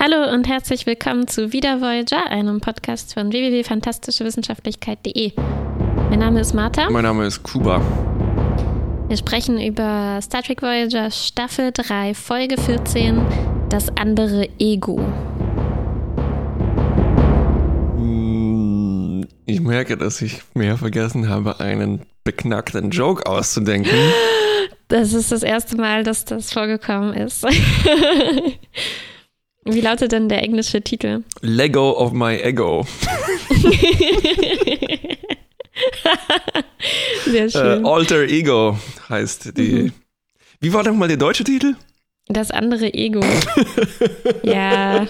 Hallo und herzlich willkommen zu Wieder Voyager, einem Podcast von www.fantastischewissenschaftlichkeit.de. Mein Name ist Martha. Mein Name ist Kuba. Wir sprechen über Star Trek Voyager Staffel 3, Folge 14, das andere Ego. Ich merke, dass ich mehr vergessen habe, einen beknackten Joke auszudenken. Das ist das erste Mal, dass das vorgekommen ist. Wie lautet denn der englische Titel? Lego of my ego. Sehr schön. Alter Ego heißt die. Wie war denn mal der deutsche Titel? Das andere Ego. Ja.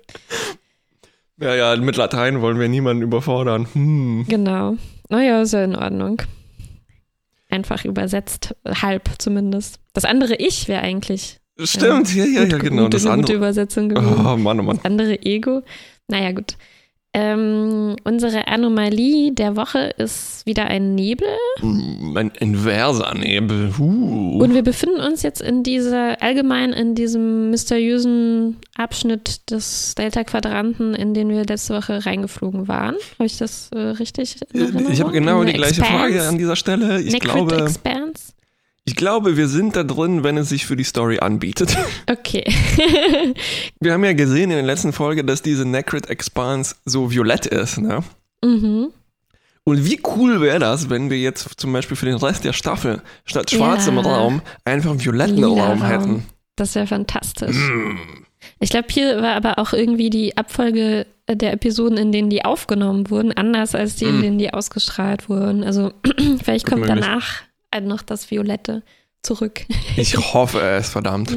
Ja, mit Latein wollen wir niemanden überfordern. Genau. Naja, ist ja in Ordnung. Einfach übersetzt, halb zumindest. Das andere Ich wäre eigentlich. Stimmt, ja, genau. Das andere. Gute Übersetzung gewesen. Oh Mann. Das andere Ego. Naja, gut. Unsere Anomalie der Woche ist wieder ein Nebel. Ein inverser Nebel. Und wir befinden uns jetzt in diesem mysteriösen Abschnitt des Delta-Quadranten, in den wir letzte Woche reingeflogen waren. Habe ich das richtig in Erinnerung? Ich habe genau die gleiche Frage an dieser Stelle. Ich glaube, wir sind da drin, wenn es sich für die Story anbietet. Okay. Wir haben ja gesehen in der letzten Folge, dass diese Necrit Expanse so violett ist, ne? Mhm. Und wie cool wäre das, wenn wir jetzt zum Beispiel für den Rest der Staffel statt schwarzem Raum einfach einen violetten Raum hätten? Das wäre fantastisch. Ich glaube, hier war aber auch irgendwie die Abfolge der Episoden, in denen die aufgenommen wurden, anders als die, in denen die ausgestrahlt wurden. Also vielleicht kommt danach noch das Violette zurück. Ich hoffe es, verdammt.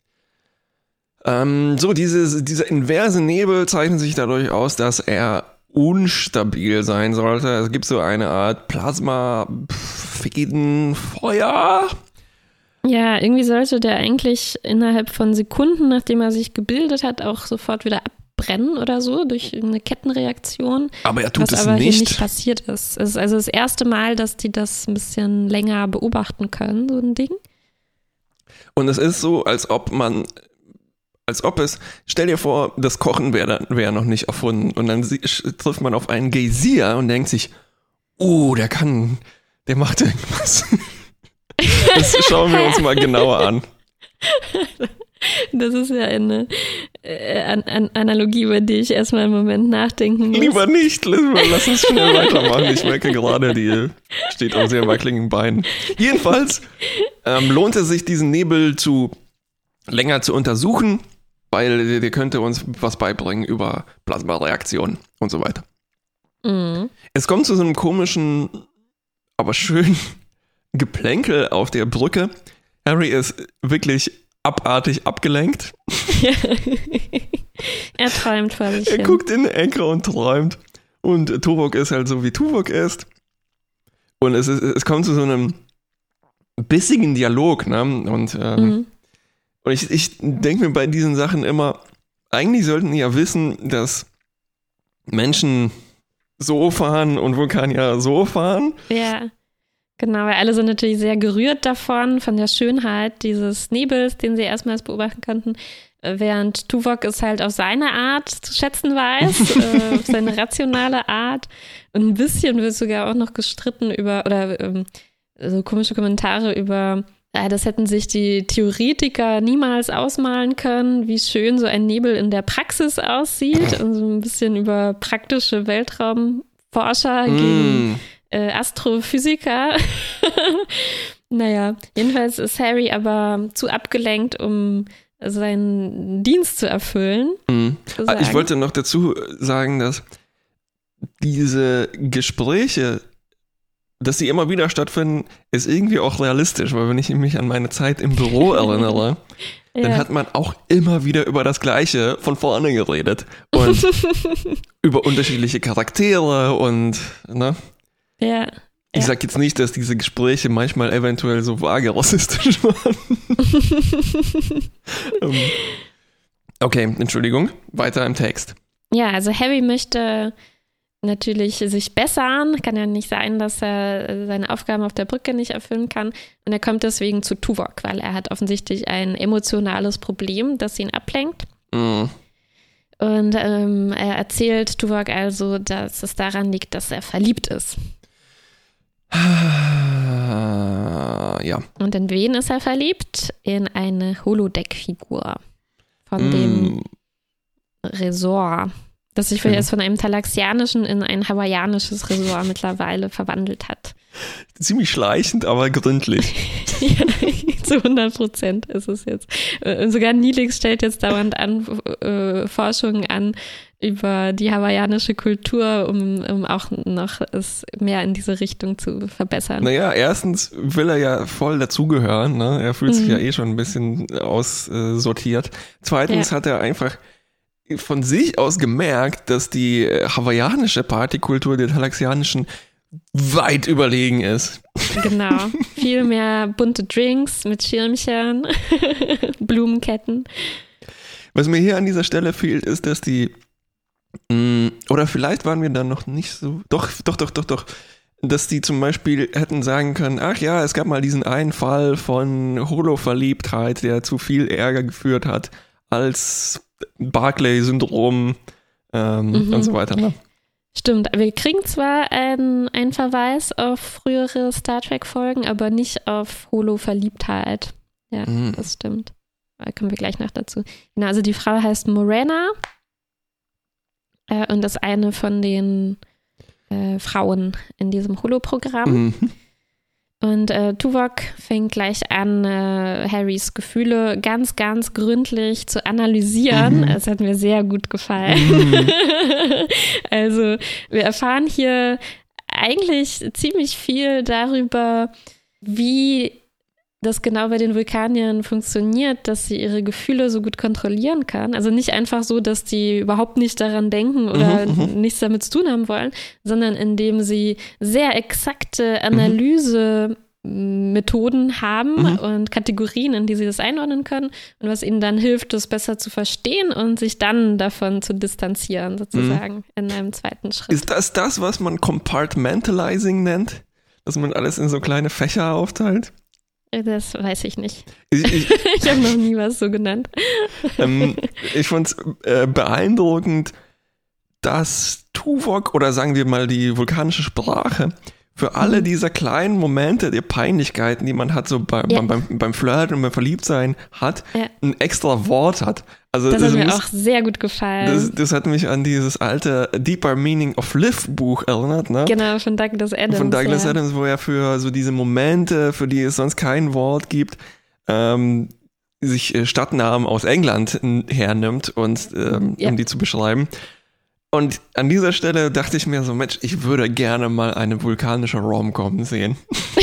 Dieser inverse Nebel zeichnet sich dadurch aus, dass er unstabil sein sollte. Es gibt so eine Art Plasma-Fädenfeuer. Ja, irgendwie sollte der eigentlich innerhalb von Sekunden, nachdem er sich gebildet hat, auch sofort wieder abbrennen oder so durch eine Kettenreaktion. Aber er tut es nicht. Was aber hier nicht passiert ist. Es ist also das erste Mal, dass die das ein bisschen länger beobachten können, so ein Ding. Und es ist so, stell dir vor, das Kochen wäre noch nicht erfunden. Und dann trifft man auf einen Geysir und denkt sich, der macht irgendwas. Das schauen wir uns mal genauer an. Das ist ja eine Analogie, über die ich erstmal einen Moment nachdenken muss. Lieber nicht, lass uns schnell weitermachen. Ich merke gerade, die steht auf sehr wackeligen Beinen. Jedenfalls lohnt es sich, diesen Nebel länger zu untersuchen, weil der könnte uns was beibringen über Plasmareaktionen und so weiter. Mhm. Es kommt zu so einem komischen, aber schönen Geplänkel auf der Brücke. Harry ist wirklich abartig abgelenkt. Ja. Er träumt vor sich hin. Er guckt in die Ecke und träumt. Und Tuvok ist halt so, wie Tuvok ist. Und es kommt zu so einem bissigen Dialog, ne? Und ich denke mir bei diesen Sachen immer, eigentlich sollten die ja wissen, dass Menschen so fahren und Vulkanier so fahren. Ja. Genau, weil alle sind natürlich sehr gerührt davon, von der Schönheit dieses Nebels, den sie erstmals beobachten konnten, während Tuvok es halt auf seine Art zu schätzen weiß, auf seine rationale Art. Und ein bisschen wird sogar auch noch gestritten so komische Kommentare über, das hätten sich die Theoretiker niemals ausmalen können, wie schön so ein Nebel in der Praxis aussieht. Und so ein bisschen über praktische Weltraumforscher gegen Astrophysiker. Naja, jedenfalls ist Harry aber zu abgelenkt, um seinen Dienst zu erfüllen. Ich wollte noch dazu sagen, dass diese Gespräche, dass sie immer wieder stattfinden, ist irgendwie auch realistisch, weil wenn ich mich an meine Zeit im Büro erinnere, dann hat man auch immer wieder über das Gleiche von vorne geredet und über unterschiedliche Charaktere und, ne? Ja. Ich sag jetzt nicht, dass diese Gespräche manchmal eventuell so vage rassistisch waren. Okay, Entschuldigung. Weiter im Text. Ja, also Harry möchte natürlich sich bessern. Kann ja nicht sein, dass er seine Aufgaben auf der Brücke nicht erfüllen kann. Und er kommt deswegen zu Tuvok, weil er hat offensichtlich ein emotionales Problem, das ihn ablenkt. Und er erzählt Tuvok also, dass es daran liegt, dass er verliebt ist. Ja. Und in wen ist er verliebt? In eine Holodeck-Figur von dem Resort, das sich jetzt von einem talaxianischen in ein hawaiianisches Resort mittlerweile verwandelt hat. Ziemlich schleichend, aber gründlich. Ja, zu 100% ist es jetzt. Und sogar Neelix stellt jetzt dauernd Forschungen an über die hawaiianische Kultur, um auch noch es mehr in diese Richtung zu verbessern. Naja, erstens will er ja voll dazugehören, ne? Er fühlt sich ja eh schon ein bisschen aussortiert. Zweitens hat er einfach von sich aus gemerkt, dass die hawaiianische Partykultur der talaxianischen weit überlegen ist. Genau. Viel mehr bunte Drinks mit Schirmchen, Blumenketten. Was mir hier an dieser Stelle fehlt, ist, dass die oder vielleicht waren wir dann noch nicht so, doch, dass die zum Beispiel hätten sagen können, ach ja, es gab mal diesen einen Fall von Holo-Verliebtheit, der zu viel Ärger geführt hat, als Barclay-Syndrom und so weiter. Ne? Stimmt, wir kriegen zwar einen Verweis auf frühere Star Trek-Folgen, aber nicht auf Holo-Verliebtheit. Ja, das stimmt. Da kommen wir gleich noch dazu. Genau, also die Frau heißt Morena und ist eine von den Frauen in diesem Holo-Programm. Und Tuvok fängt gleich an, Harrys Gefühle ganz, ganz gründlich zu analysieren. Das hat mir sehr gut gefallen. Also wir erfahren hier eigentlich ziemlich viel darüber, wie das genau bei den Vulkaniern funktioniert, dass sie ihre Gefühle so gut kontrollieren kann. Also nicht einfach so, dass die überhaupt nicht daran denken oder nichts damit zu tun haben wollen, sondern indem sie sehr exakte Analysemethoden haben und Kategorien, in die sie das einordnen können und was ihnen dann hilft, das besser zu verstehen und sich dann davon zu distanzieren, sozusagen, in einem zweiten Schritt. Ist das, was man Compartmentalizing nennt? Dass man alles in so kleine Fächer aufteilt? Das weiß ich nicht. Ich habe noch nie was so genannt. Ich fand es beeindruckend, dass Tuvok oder sagen wir mal die vulkanische Sprache für alle dieser kleinen Momente der Peinlichkeiten, die man hat, so beim Flirten und beim Verliebtsein hat, ein extra Wort hat. Also das hat mir auch sehr gut gefallen. Das hat mich an dieses alte Deeper Meaning of Live Buch erinnert, ne? Genau, von Douglas Adams. Von Douglas Adams, wo er für so diese Momente, für die es sonst kein Wort gibt, sich Stadtnamen aus England hernimmt und um die zu beschreiben. Und an dieser Stelle dachte ich mir so, Mensch, ich würde gerne mal eine vulkanische Rom-Com sehen.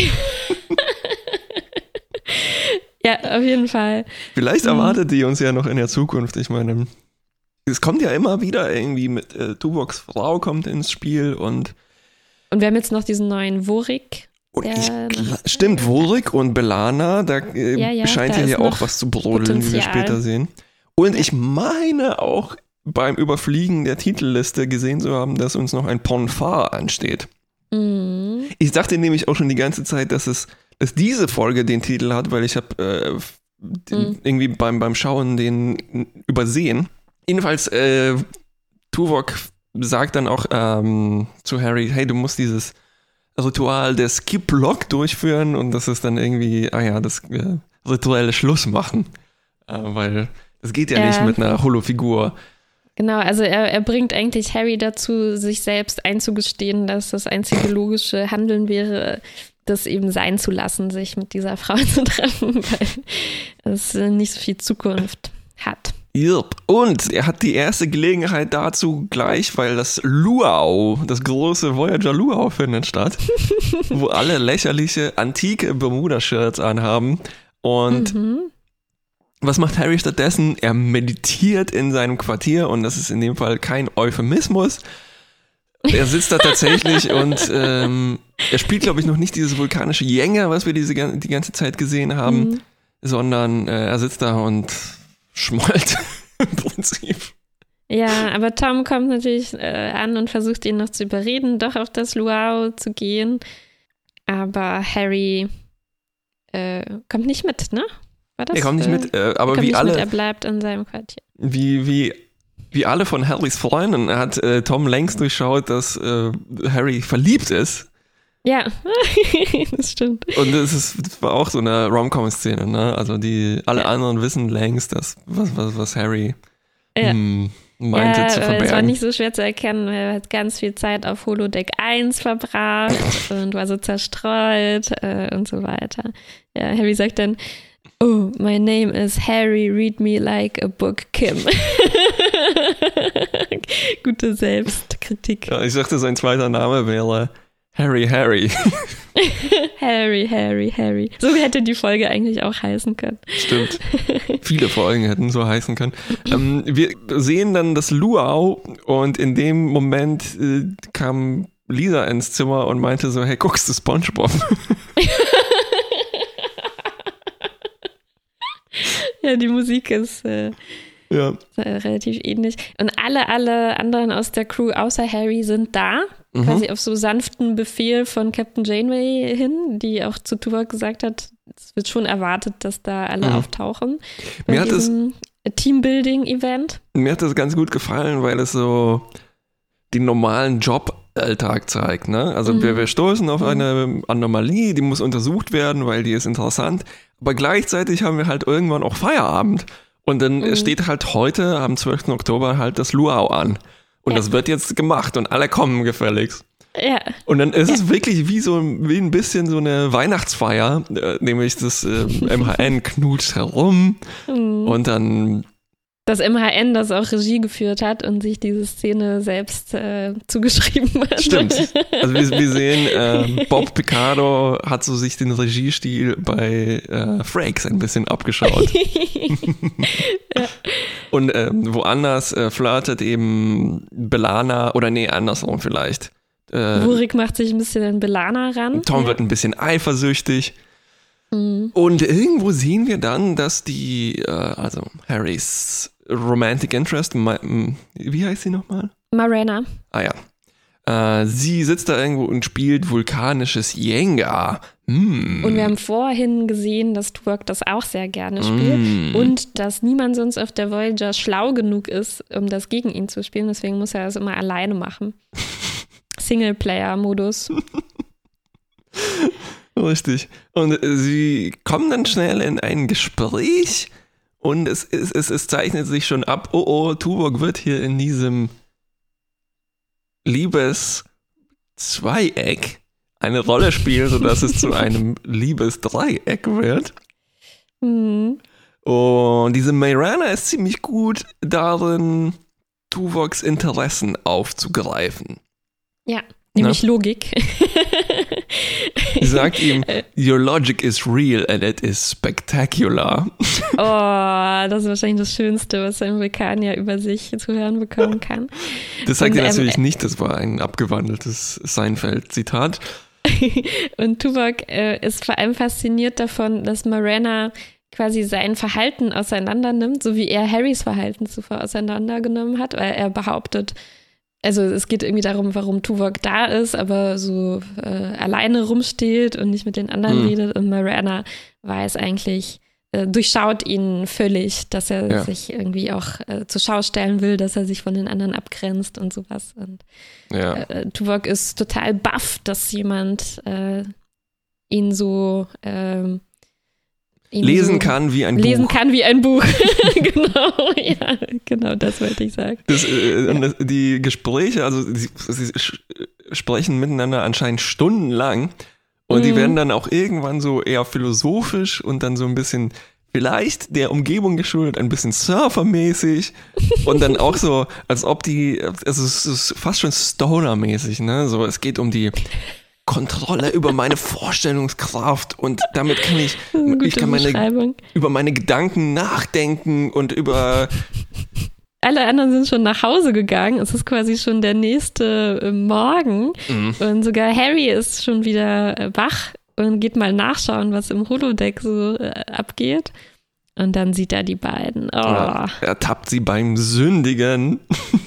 Ja, auf jeden Fall. Vielleicht erwartet die uns ja noch in der Zukunft. Ich meine, es kommt ja immer wieder irgendwie mit Tuvoks Frau kommt ins Spiel und wir haben jetzt noch diesen neuen Vorik. Stimmt, Vorik und B'Elanna, da scheint ja hier auch was zu brodeln, wie wir später sehen. Und ich meine auch beim Überfliegen der Titelliste gesehen zu haben, dass uns noch ein Ponfar ansteht. Ich dachte nämlich auch schon die ganze Zeit, dass diese Folge den Titel hat, weil ich habe irgendwie beim Schauen den übersehen. Jedenfalls, Tuvok sagt dann auch zu Harry, hey, du musst dieses Ritual des Kiplock durchführen und das ist dann irgendwie, das rituelle Schluss machen. Weil das geht ja nicht mit einer Holo-Figur. Genau, also er bringt eigentlich Harry dazu, sich selbst einzugestehen, dass das einzige logische Handeln wäre, das eben sein zu lassen, sich mit dieser Frau zu treffen, weil es nicht so viel Zukunft hat. Yep. Und er hat die erste Gelegenheit dazu gleich, weil das Luau, das große Voyager Luau findet statt, wo alle lächerliche, antike Bermuda-Shirts anhaben und was macht Harry stattdessen? Er meditiert in seinem Quartier und das ist in dem Fall kein Euphemismus. Er sitzt da tatsächlich und er spielt, glaube ich, noch nicht dieses vulkanische Jänge, was wir die ganze Zeit gesehen haben, sondern er sitzt da und schmollt im Prinzip. Ja, aber Tom kommt natürlich an und versucht ihn noch zu überreden, doch auf das Luau zu gehen. Aber Harry kommt nicht mit, ne? Er kommt nicht mit, aber wie alle. Er bleibt in seinem Quartier. Wie Wie alle von Harrys Freunden hat Tom längst durchschaut, dass Harry verliebt ist. Ja, das stimmt. Und das war auch so eine Rom-Com-Szene, ne? Also alle anderen wissen längst, was Harry meinte zu verbergen. Es war nicht so schwer zu erkennen, er hat ganz viel Zeit auf Holodeck 1 verbracht und war so zerstreut und so weiter. Ja, Harry sagt dann, oh, my name is Harry, read me like a book, Kim. Gute Selbstkritik. Ja, ich dachte, sein zweiter Name wäre Harry. Harry. So hätte die Folge eigentlich auch heißen können. Stimmt. Viele Folgen hätten so heißen können. Wir sehen dann das Luau und in dem Moment kam Lisa ins Zimmer und meinte so, hey, guckst du SpongeBob? Ja, die Musik ist relativ ähnlich. Und alle anderen aus der Crew außer Harry sind da, quasi auf so sanften Befehl von Captain Janeway hin, die auch zu Tuvok gesagt hat, es wird schon erwartet, dass da alle auftauchen. Bei diesem Teambuilding-Event. Mir hat das ganz gut gefallen, weil es so den normalen Joballtag zeigt. Ne? Also wir stoßen auf eine Anomalie, die muss untersucht werden, weil die ist interessant. Aber gleichzeitig haben wir halt irgendwann auch Feierabend. Und dann steht halt heute, am 12. Oktober, halt das Luau an. Und das wird jetzt gemacht und alle kommen gefälligst. Ja. Und dann ist es wirklich wie ein bisschen so eine Weihnachtsfeier, nämlich das MHN knutscht herum und dann... Das MHN, das auch Regie geführt hat und sich diese Szene selbst zugeschrieben hat. Stimmt. Also wir sehen, Bob Picardo hat so sich den Regiestil bei Frakes ein bisschen abgeschaut. Ja. Und woanders flirtet eben B'Elanna, oder nee, andersrum vielleicht. Rurik macht sich ein bisschen an B'Elanna ran. Tom wird ein bisschen eifersüchtig. Und irgendwo sehen wir dann, dass also Harrys Romantic Interest, wie heißt sie nochmal? Marana. Ah ja. Sie sitzt da irgendwo und spielt vulkanisches Jenga. Und wir haben vorhin gesehen, dass Tuvok das auch sehr gerne spielt und dass niemand sonst auf der Voyager schlau genug ist, um das gegen ihn zu spielen. Deswegen muss er das immer alleine machen. Singleplayer-Modus. Richtig. Und sie kommen dann schnell in ein Gespräch und es zeichnet sich schon ab, Tuvok wird hier in diesem Liebeszweieck eine Rolle spielen, sodass es zu einem Liebesdreieck wird. Und diese Marana ist ziemlich gut darin, Tuvoks Interessen aufzugreifen. Ja, nämlich Logik. Sie sagt ihm, your logic is real and it is spectacular. Oh, das ist wahrscheinlich das Schönste, was ein Vulkanier über sich zu hören bekommen kann. Das sagt er natürlich nicht, das war ein abgewandeltes Seinfeld-Zitat. Und Tuvok ist vor allem fasziniert davon, dass Marana quasi sein Verhalten auseinander nimmt, so wie er Harrys Verhalten zuvor auseinandergenommen hat, weil er behauptet, also es geht irgendwie darum, warum Tuvok da ist, aber so alleine rumsteht und nicht mit den anderen redet. Und Marana weiß eigentlich, durchschaut ihn völlig, dass er sich irgendwie auch zur Schau stellen will, dass er sich von den anderen abgrenzt und sowas. Und Tuvok ist total baff, dass jemand ihn so lesen kann wie ein Buch. Lesen kann wie ein Buch. Genau, das wollte ich sagen. Die Gespräche, also sie sprechen miteinander anscheinend stundenlang und die werden dann auch irgendwann so eher philosophisch und dann so ein bisschen vielleicht der Umgebung geschuldet, ein bisschen surfermäßig und dann auch so, als ob also es ist fast schon stoner-mäßig, ne? So, es geht um die Kontrolle über meine Vorstellungskraft und damit kann ich über meine Gedanken nachdenken und über... Alle anderen sind schon nach Hause gegangen. Es ist quasi schon der nächste Morgen und sogar Harry ist schon wieder wach und geht mal nachschauen, was im Holodeck so abgeht. Und dann sieht er die beiden. Oh. Ja, er tappt sie beim Sündigen.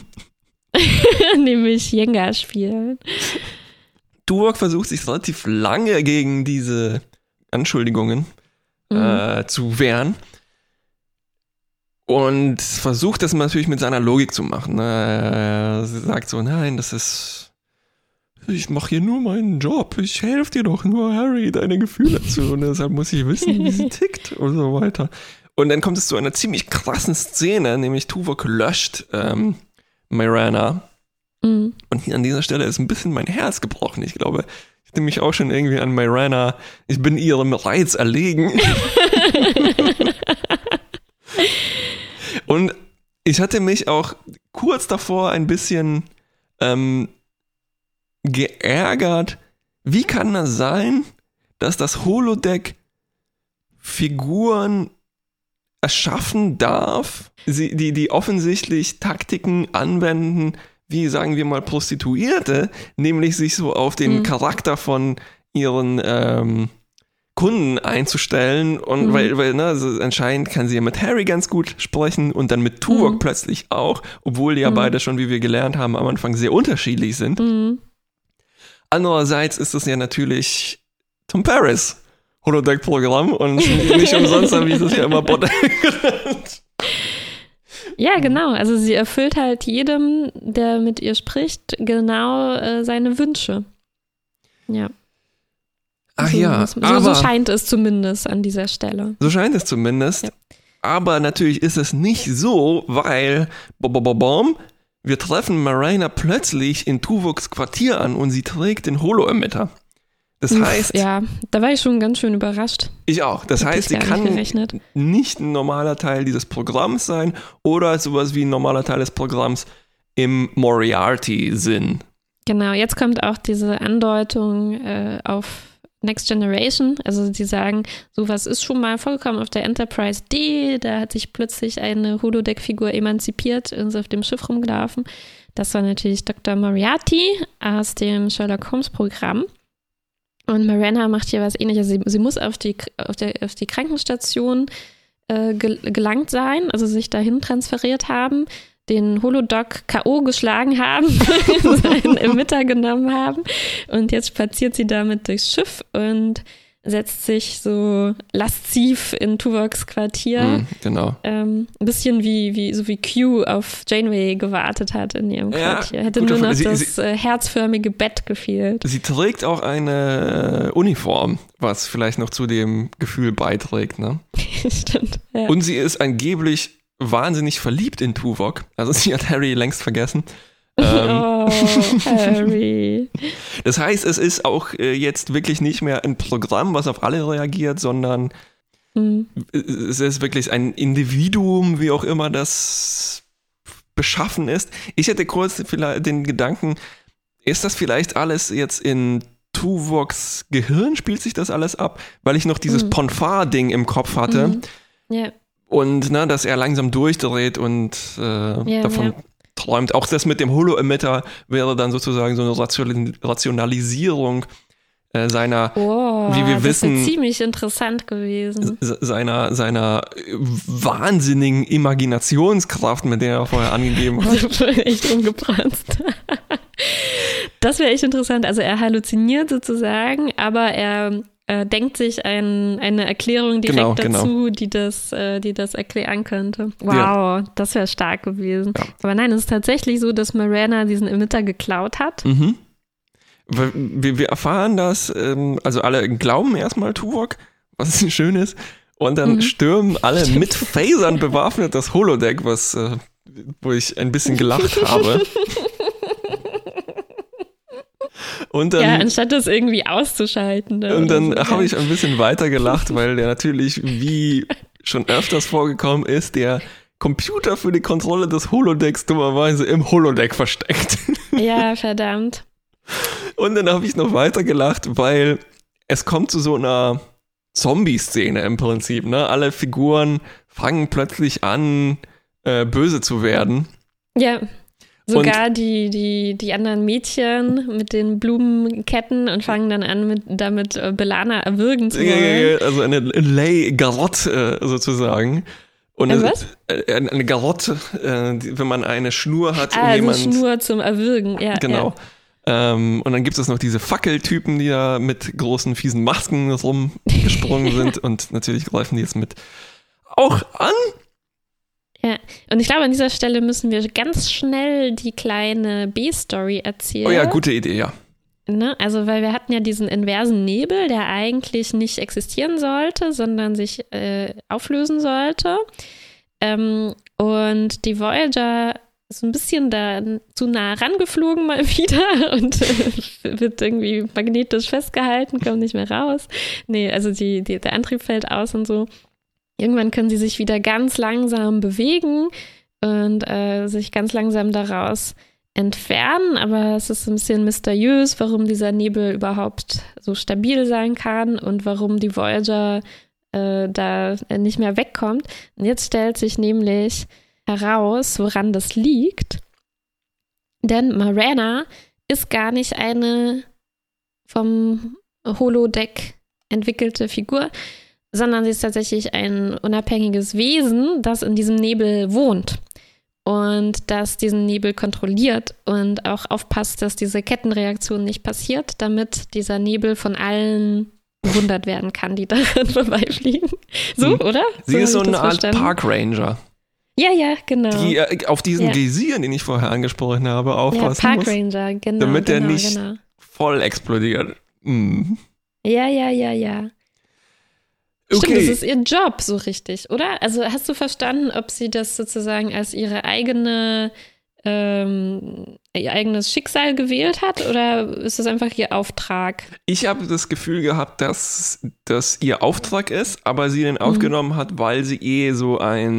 Nämlich Jenga spielen. Tuvok versucht sich relativ lange gegen diese Anschuldigungen zu wehren. Und versucht das natürlich mit seiner Logik zu machen. Sie sagt so, nein, ich mache hier nur meinen Job, ich helfe dir doch nur, Harry, deine Gefühle zu und deshalb muss ich wissen, wie sie tickt und so weiter. Und dann kommt es zu einer ziemlich krassen Szene, nämlich Tuvok löscht Mirana. Und hier an dieser Stelle ist ein bisschen mein Herz gebrochen. Ich glaube, ich hätte mich auch schon irgendwie an Mirana, ich bin ihrem Reiz erlegen. Und ich hatte mich auch kurz davor ein bisschen geärgert. Wie kann das sein, dass das Holodeck Figuren erschaffen darf, die offensichtlich Taktiken anwenden, wie, sagen wir mal, Prostituierte, nämlich sich so auf den Charakter von ihren Kunden einzustellen und weil also anscheinend kann sie ja mit Harry ganz gut sprechen und dann mit Tuvok plötzlich auch, obwohl die ja beide schon, wie wir gelernt haben, am Anfang sehr unterschiedlich sind. Andererseits ist es ja natürlich Tom Paris Holodeck-Programm und nicht umsonst habe ich das ja immer Bot genannt. Ja, genau. Also sie erfüllt halt jedem, der mit ihr spricht, genau seine Wünsche. Ja. Ach ja, so scheint es zumindest an dieser Stelle. So scheint es zumindest. Ja. Aber natürlich ist es nicht so, weil wir treffen Mirana plötzlich in Tuvoks Quartier an und sie trägt den Holo-Emitter. Das heißt... Ja, da war ich schon ganz schön überrascht. Ich auch. Das heißt, sie kann nicht ein normaler Teil dieses Programms sein oder sowas wie ein normaler Teil des Programms im Moriarty-Sinn. Genau, jetzt kommt auch diese Andeutung auf Next Generation. Also sie sagen, sowas ist schon mal vorgekommen auf der Enterprise D. Da hat sich plötzlich eine Holodeck-Figur emanzipiert und ist auf dem Schiff rumgelaufen. Das war natürlich Dr. Moriarty aus dem Sherlock Holmes-Programm. Und Mirana macht hier was Ähnliches. Sie muss auf die Krankenstation gelangt sein, also sich dahin transferiert haben, den Holodoc K.O. geschlagen haben, seinen Emitter genommen haben und jetzt spaziert sie damit durchs Schiff und setzt sich so lasziv in Tuvoks Quartier. Genau. Ein bisschen wie Q auf Janeway gewartet hat in ihrem Quartier. Hätte nur noch das herzförmige Bett gefehlt. Sie trägt auch eine Uniform, was vielleicht noch zu dem Gefühl beiträgt. Ne? Stimmt. Ja. Und sie ist angeblich wahnsinnig verliebt in Tuvok. Also sie hat Harry längst vergessen. Oh, Harry. Das heißt, es ist auch jetzt wirklich nicht mehr ein Programm, was auf alle reagiert, sondern es ist wirklich ein Individuum, wie auch immer das beschaffen ist. Ich hätte kurz vielleicht den Gedanken, ist das vielleicht alles jetzt in Tuvoks Gehirn? Spielt sich das alles ab? Weil ich noch dieses Ponfar-Ding im Kopf hatte. Ja. Und dass er langsam durchdreht und davon träumt. Auch das mit dem Holo-Emitter wäre dann sozusagen so eine Rationalisierung seiner, wie wir wissen, das wäre ziemlich interessant gewesen. Seiner wahnsinnigen Imaginationskraft, mit der er vorher angegeben hat. Das wäre echt umgebrannt. Das wäre echt interessant. Also er halluziniert sozusagen, aber er denkt sich eine Erklärung direkt dazu, die das erklären könnte. Wow, das wäre stark gewesen. Ja. Aber nein, es ist tatsächlich so, dass Mirana diesen Emitter geklaut hat. Wir erfahren das, also alle glauben erstmal Tuvok, was schön ist, und dann stürmen alle mit Phasern bewaffnet das Holodeck, wo ich ein bisschen gelacht habe. Und dann, anstatt das irgendwie auszuschalten. Und dann habe ich ein bisschen weiter gelacht, weil der natürlich, wie schon öfters vorgekommen ist, der Computer für die Kontrolle des Holodecks dummerweise im Holodeck versteckt. Ja, verdammt. Und dann habe ich noch weiter gelacht, weil es kommt zu so einer Zombie-Szene im Prinzip. Ne? Alle Figuren fangen plötzlich an, böse zu werden. Ja. Sogar die anderen Mädchen mit den Blumenketten und fangen dann an, damit B'Elanna erwürgen zu wollen. Ja, also eine Lei Garotte sozusagen. Und eine Garotte, wenn man eine Schnur hat. Eine Schnur zum Erwürgen, ja. Genau. Ja. Und dann gibt es noch diese Fackeltypen, die da mit großen, fiesen Masken rumgesprungen sind. Und natürlich greifen die jetzt mit auch an. Ja, und ich glaube, an dieser Stelle müssen wir ganz schnell die kleine B-Story erzählen. Oh ja, gute Idee, ja. Ne? Also, weil wir hatten ja diesen inversen Nebel, der eigentlich nicht existieren sollte, sondern sich auflösen sollte. Und die Voyager ist ein bisschen da zu nah rangeflogen mal wieder und wird irgendwie magnetisch festgehalten, kommt nicht mehr raus. Nee, also der Antrieb fällt aus und so. Irgendwann können sie sich wieder ganz langsam bewegen und sich ganz langsam daraus entfernen, aber es ist ein bisschen mysteriös, warum dieser Nebel überhaupt so stabil sein kann und warum die Voyager da nicht mehr wegkommt. Und jetzt stellt sich nämlich heraus, woran das liegt, denn Marana ist gar nicht eine vom Holodeck entwickelte Figur, sondern sie ist tatsächlich ein unabhängiges Wesen, das in diesem Nebel wohnt und das diesen Nebel kontrolliert und auch aufpasst, dass diese Kettenreaktion nicht passiert, damit dieser Nebel von allen bewundert werden kann, die daran vorbeifliegen. So, oder? Sie ist so eine Art Parkranger. Ja, genau. Die auf diesen Geysir, den ich vorher angesprochen habe, aufpassen muss. Ja, Parkranger, genau. Damit der nicht voll explodiert. Ja. Okay. Stimmt, das ist ihr Job so richtig, oder? Also hast du verstanden, ob sie das sozusagen als ihr eigenes Schicksal gewählt hat oder ist das einfach ihr Auftrag? Ich habe das Gefühl gehabt, dass das ihr Auftrag ist, aber sie den aufgenommen hat, weil sie so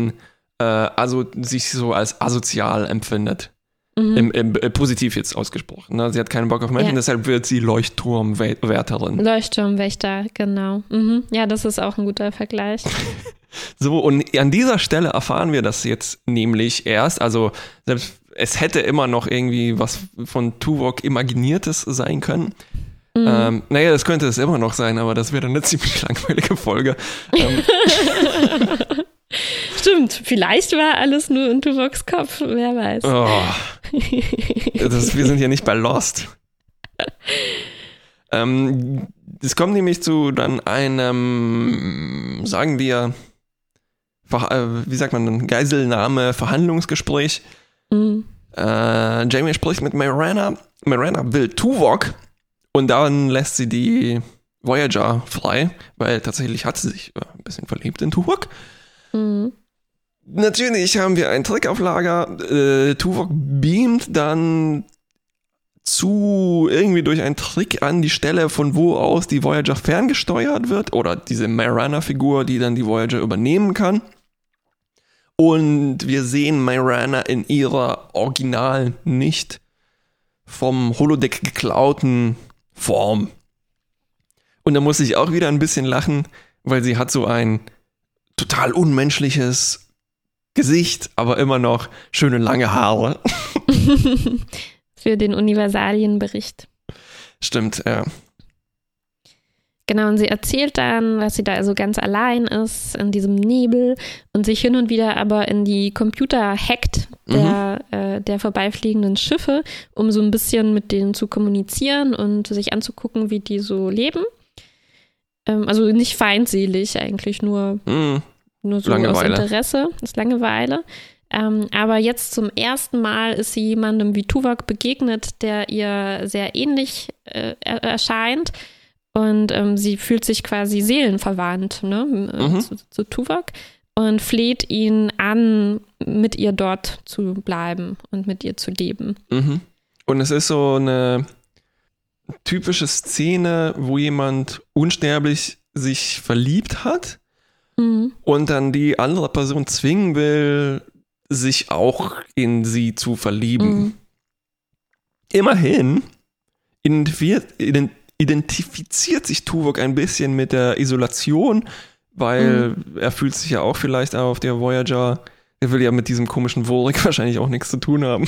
sich so als asozial empfindet. Positiv jetzt ausgesprochen. Ne? Sie hat keinen Bock auf Menschen, deshalb wird sie Leuchtturmwärterin. Leuchtturmwächter, genau. Ja, das ist auch ein guter Vergleich. So, und an dieser Stelle erfahren wir das jetzt nämlich erst. Also, selbst es hätte immer noch irgendwie was von Tuvok Imaginiertes sein können. Das könnte es immer noch sein, aber das wäre eine ziemlich langweilige Folge. Stimmt, vielleicht war alles nur in Tuvoks Kopf, wer weiß. Wir sind ja nicht bei Lost. Es kommt nämlich zu dann einem, sagen wir, wie sagt man denn, Geiselnahme-Verhandlungsgespräch. Jamie spricht mit Marana. Marana will Tuvok und dann lässt sie die Voyager frei, weil tatsächlich hat sie sich ein bisschen verliebt in Tuvok. Natürlich haben wir einen Trick auf Lager. Tuvok beamt dann irgendwie durch einen Trick an die Stelle, von wo aus die Voyager ferngesteuert wird, oder diese Marana-Figur, die dann die Voyager übernehmen kann. Und wir sehen Marana in ihrer original nicht vom Holodeck geklauten Form. Und da muss ich auch wieder ein bisschen lachen, weil sie hat so ein total unmenschliches Gesicht, aber immer noch schöne lange Haare. Für den Universalienbericht. Stimmt, ja. Genau, und sie erzählt dann, dass sie da also ganz allein ist in diesem Nebel und sich hin und wieder aber in die Computer hackt der vorbeifliegenden Schiffe, um so ein bisschen mit denen zu kommunizieren und sich anzugucken, wie die so leben. Also nicht feindselig, eigentlich nur so Langeweile. Aus Interesse, das ist Langeweile. Aber jetzt zum ersten Mal ist sie jemandem wie Tuvok begegnet, der ihr sehr ähnlich erscheint. Und sie fühlt sich quasi seelenverwandt zu Tuvok und fleht ihn an, mit ihr dort zu bleiben und mit ihr zu leben. Und es ist so eine typische Szene, wo jemand unsterblich sich verliebt hat und dann die andere Person zwingen will, sich auch in sie zu verlieben. Immerhin identifiziert sich Tuvok ein bisschen mit der Isolation, weil er fühlt sich ja auch vielleicht auf der Voyager. Er will ja mit diesem komischen Vorik wahrscheinlich auch nichts zu tun haben.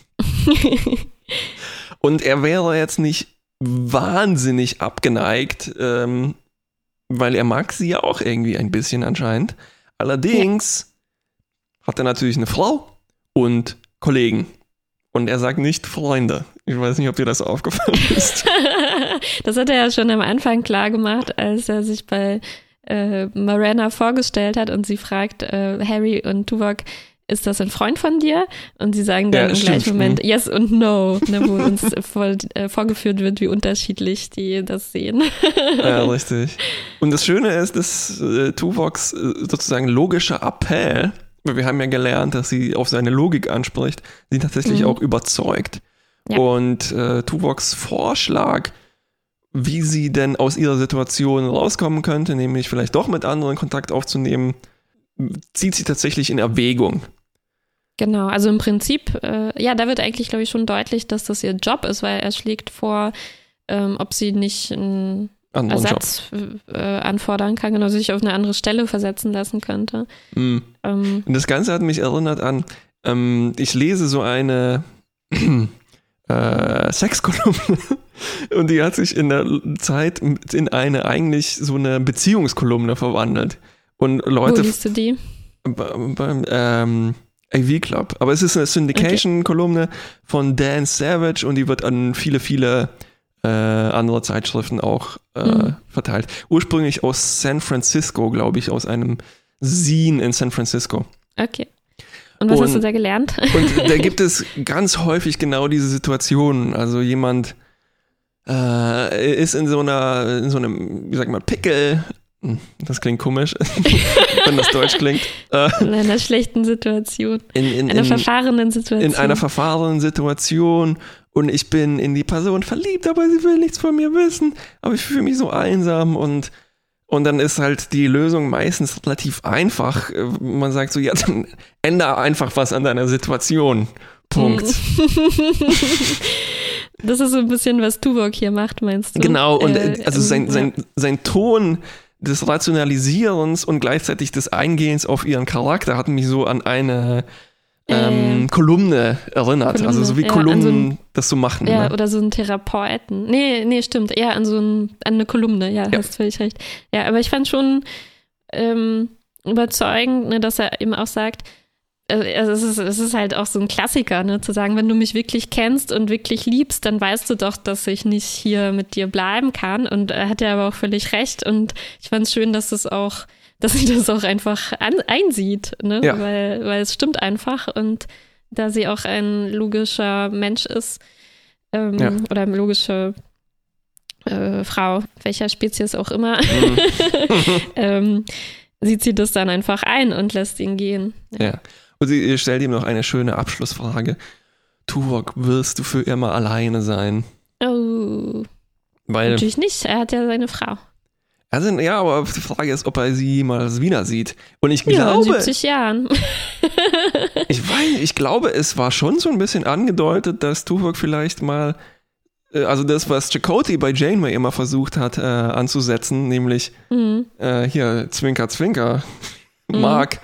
Und er wäre jetzt nicht wahnsinnig abgeneigt, weil er mag sie ja auch irgendwie ein bisschen anscheinend. Allerdings hat er natürlich eine Frau und Kollegen. Und er sagt nicht Freunde. Ich weiß nicht, ob dir das aufgefallen ist. Das hat er ja schon am Anfang klar gemacht, als er sich bei Marana vorgestellt hat und sie fragt, Harry und Tuvok, ist das ein Freund von dir? Und sie sagen dann im gleichen Moment yes und no, ne, wo uns vorgeführt wird, wie unterschiedlich die das sehen. Ja, richtig. Und das Schöne ist, dass Tuvoks sozusagen logischer Appell, weil wir haben ja gelernt, dass sie auf seine Logik anspricht, sie tatsächlich auch überzeugt. Ja. Und Tuvoks Vorschlag, wie sie denn aus ihrer Situation rauskommen könnte, nämlich vielleicht doch mit anderen Kontakt aufzunehmen, zieht sie tatsächlich in Erwägung. Genau, also im Prinzip, da wird eigentlich, glaube ich, schon deutlich, dass das ihr Job ist, weil er schlägt vor, ob sie nicht einen Ersatz anfordern kann, genau, sich auf eine andere Stelle versetzen lassen könnte. Und das Ganze hat mich erinnert an, ich lese so eine Sexkolumne und die hat sich in der Zeit in eine eigentlich so eine Beziehungskolumne verwandelt. Und Leute. Wo liest du die? Beim AV Club. Aber es ist eine Syndication-Kolumne von Dan Savage und die wird an viele, viele andere Zeitschriften auch verteilt. Ursprünglich aus San Francisco, glaube ich, aus einem Zine in San Francisco. Okay. Und was hast du da gelernt? Und da gibt es ganz häufig genau diese Situationen. Also jemand ist in so einem, wie sag mal, Pickel. Das klingt komisch, wenn das deutsch klingt. In einer schlechten Situation. In einer verfahrenen Situation. In einer verfahrenen Situation und ich bin in die Person verliebt, aber sie will nichts von mir wissen. Aber ich fühle mich so einsam und dann ist halt die Lösung meistens relativ einfach. Man sagt so, ja, dann ändere einfach was an deiner Situation. Punkt. Das ist so ein bisschen, was Tuvok hier macht, meinst du? Genau, und also sein Ton des Rationalisierens und gleichzeitig des Eingehens auf ihren Charakter hat mich so an eine Kolumne erinnert. Also so wie Kolumnen das so machen. Ja, ne? oder so einen Therapeuten. Nee, stimmt. Eher an eine Kolumne. Ja, hast völlig recht. Ja, aber ich fand schon überzeugend, ne, dass er eben auch sagt, also es ist halt auch so ein Klassiker, ne, zu sagen, wenn du mich wirklich kennst und wirklich liebst, dann weißt du doch, dass ich nicht hier mit dir bleiben kann. Und er hat ja aber auch völlig recht. Und ich fand es schön, dass sie das auch einfach einsieht, ne? Ja. Weil es stimmt einfach. Und da sie auch ein logischer Mensch ist, oder eine logische Frau, welcher Spezies auch immer, sieht sie das dann einfach ein und lässt ihn gehen. Ja. Und sie stellt ihm noch eine schöne Abschlussfrage. Tuvok, wirst du für immer alleine sein? Oh. Natürlich nicht, er hat ja seine Frau. Also, ja, aber die Frage ist, ob er sie jemals wieder sieht. Und ich glaube. In 70 Jahren. Ich glaube, es war schon so ein bisschen angedeutet, dass Tuvok vielleicht mal, also das, was Chakotay bei Janeway immer versucht hat anzusetzen, nämlich hier, Zwinker, Zwinker, Mark,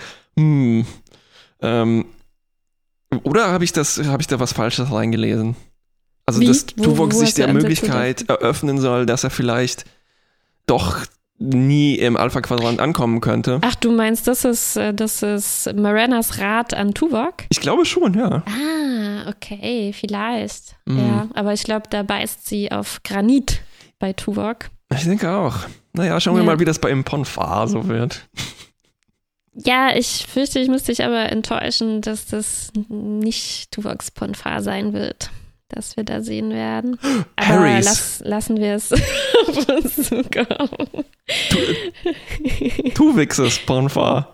oder habe ich da was Falsches reingelesen? Also, dass Tuvok sich der Möglichkeit eröffnen soll, dass er vielleicht doch nie im Alpha-Quadrant ankommen könnte. Ach, du meinst, das ist Moranas Rat an Tuvok? Ich glaube schon, ja. Ah, okay, vielleicht. Ja, aber ich glaube, da beißt sie auf Granit bei Tuvok. Ich denke auch. Naja, schauen wir mal, wie das bei Ponfar so wird. Ja, ich fürchte, ich müsste dich aber enttäuschen, dass das nicht Tuvoks Ponfar sein wird, das wir da sehen werden. Aber lassen wir es auf uns zukommen. Tuvixes Ponfar.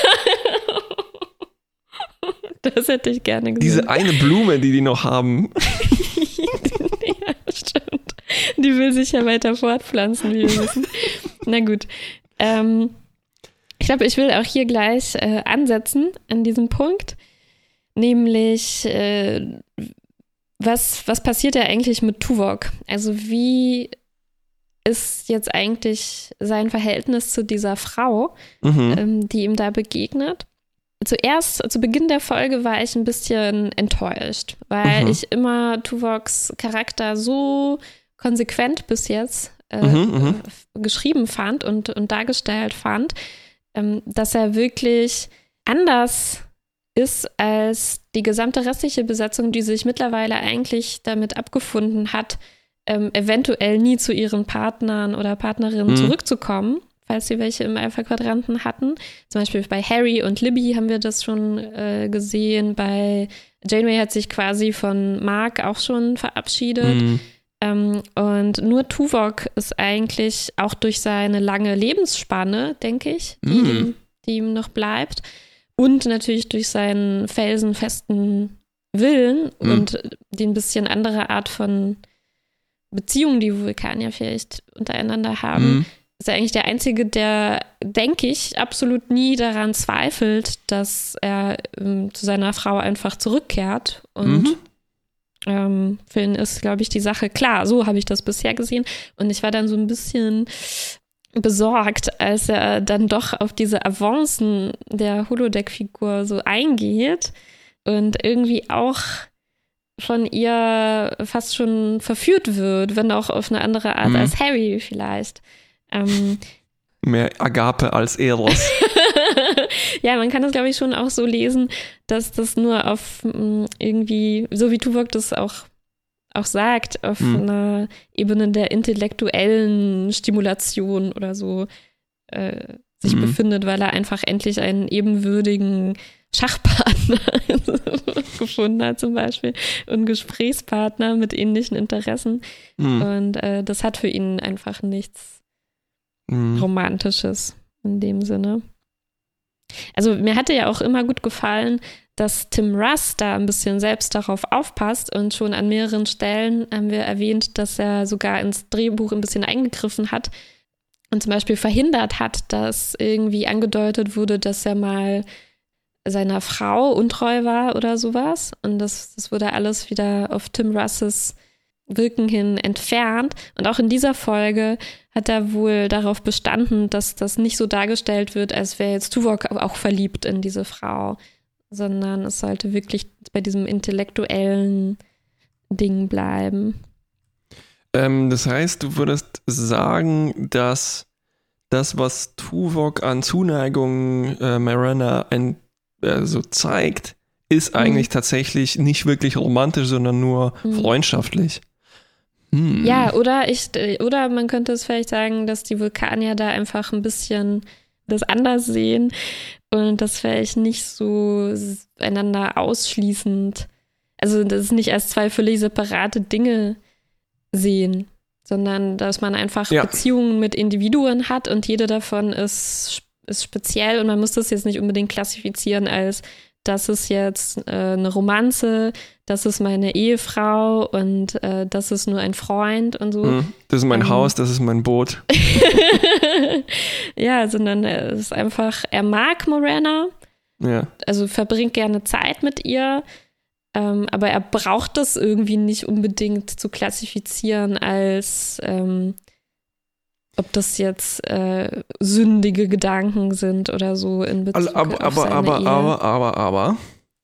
Das hätte ich gerne gesehen. Diese eine Blume, die noch haben. Ja, stimmt. Die will sich ja weiter fortpflanzen, wie wir wissen. Na gut. Ich glaube, ich will auch hier gleich ansetzen an diesem Punkt. Nämlich, was passiert ja eigentlich mit Tuvok? Also wie ist jetzt eigentlich sein Verhältnis zu dieser Frau, die ihm da begegnet? Zuerst, zu Beginn der Folge war ich ein bisschen enttäuscht, weil ich immer Tuvoks Charakter so konsequent bis jetzt geschrieben fand und dargestellt fand, dass er wirklich anders ist als die gesamte restliche Besetzung, die sich mittlerweile eigentlich damit abgefunden hat, eventuell nie zu ihren Partnern oder Partnerinnen zurückzukommen, falls sie welche im Alpha-Quadranten hatten. Zum Beispiel bei Harry und Libby haben wir das schon gesehen. Bei Janeway hat sich quasi von Mark auch schon verabschiedet. Und nur Tuvok ist eigentlich auch durch seine lange Lebensspanne, denke ich, die ihm noch bleibt. Und natürlich durch seinen felsenfesten Willen und die ein bisschen andere Art von Beziehungen, die Vulkanier vielleicht untereinander haben, ist er eigentlich der Einzige, der, denke ich, absolut nie daran zweifelt, dass er zu seiner Frau einfach zurückkehrt. Und für ihn ist, glaube ich, die Sache klar. So habe ich das bisher gesehen. Und ich war dann so ein bisschen besorgt, als er dann doch auf diese Avancen der Holodeck-Figur so eingeht und irgendwie auch von ihr fast schon verführt wird, wenn auch auf eine andere Art als Harry vielleicht. Mehr Agape als Eros. Ja, man kann das, glaube ich, schon auch so lesen, dass das nur auf irgendwie, so wie Tuvok das auch sagt, auf einer Ebene der intellektuellen Stimulation oder so sich befindet, weil er einfach endlich einen ebenwürdigen Schachpartner gefunden hat zum Beispiel und Gesprächspartner mit ähnlichen Interessen. Und das hat für ihn einfach nichts Romantisches in dem Sinne. Also mir hatte ja auch immer gut gefallen, dass Tim Russ da ein bisschen selbst darauf aufpasst und schon an mehreren Stellen haben wir erwähnt, dass er sogar ins Drehbuch ein bisschen eingegriffen hat und zum Beispiel verhindert hat, dass irgendwie angedeutet wurde, dass er mal seiner Frau untreu war oder sowas. Und das wurde alles wieder auf Tim Russes Wirken hin entfernt. Und auch in dieser Folge hat er wohl darauf bestanden, dass das nicht so dargestellt wird, als wäre jetzt Tuvok auch verliebt in diese Frau, sondern es sollte wirklich bei diesem intellektuellen Ding bleiben. Das heißt, du würdest sagen, dass das, was Tuvok an Zuneigung Marana so zeigt, ist eigentlich tatsächlich nicht wirklich romantisch, sondern nur freundschaftlich. Ja, oder man könnte es vielleicht sagen, dass die Vulkanier da einfach ein bisschen das anders sehen und das vielleicht nicht so einander ausschließend, also das nicht als zwei völlig separate Dinge sehen, sondern dass man einfach Beziehungen mit Individuen hat und jede davon ist speziell und man muss das jetzt nicht unbedingt klassifizieren als das ist jetzt eine Romanze, das ist meine Ehefrau und das ist nur ein Freund und so. Das ist mein Haus, das ist mein Boot. Ja, sondern es ist einfach, er mag Morena, also verbringt gerne Zeit mit ihr, aber er braucht das irgendwie nicht unbedingt zu klassifizieren als ob das jetzt sündige Gedanken sind oder so in Bezug auf seine Ehe. Aber.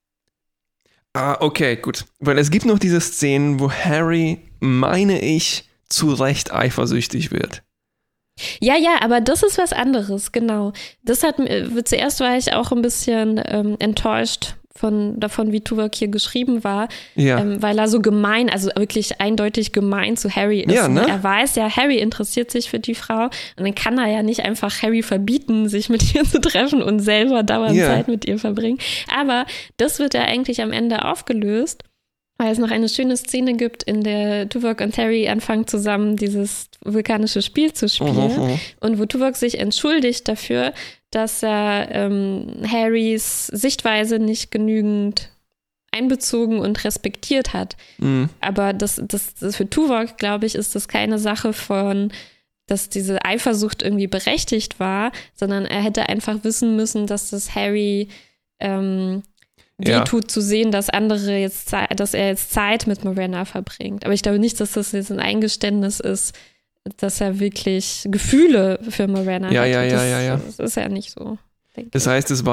Okay, gut. Weil es gibt noch diese Szenen, wo Harry, meine ich, zu Recht eifersüchtig wird. Ja, aber das ist was anderes, genau. Zuerst war ich auch ein bisschen enttäuscht davon, wie Tuvok hier geschrieben war, weil er so gemein, also wirklich eindeutig gemein zu Harry ist. Ja, ne? Er weiß ja, Harry interessiert sich für die Frau und dann kann er ja nicht einfach Harry verbieten, sich mit ihr zu treffen und selber dauernd Zeit mit ihr verbringen. Aber das wird ja eigentlich am Ende aufgelöst, weil es noch eine schöne Szene gibt, in der Tuvok und Harry anfangen zusammen dieses vulkanische Spiel zu spielen und wo Tuvok sich entschuldigt dafür, dass er Harrys Sichtweise nicht genügend einbezogen und respektiert hat. Aber das für Tuvok, glaube ich, ist das keine Sache von, dass diese Eifersucht irgendwie berechtigt war, sondern er hätte einfach wissen müssen, dass das Harry tut zu sehen, dass dass er jetzt Zeit mit Morena verbringt. Aber ich glaube nicht, dass das jetzt ein Eingeständnis ist, dass er wirklich Gefühle für Morena hat. Ja. Das ist ja nicht so. Das heißt, das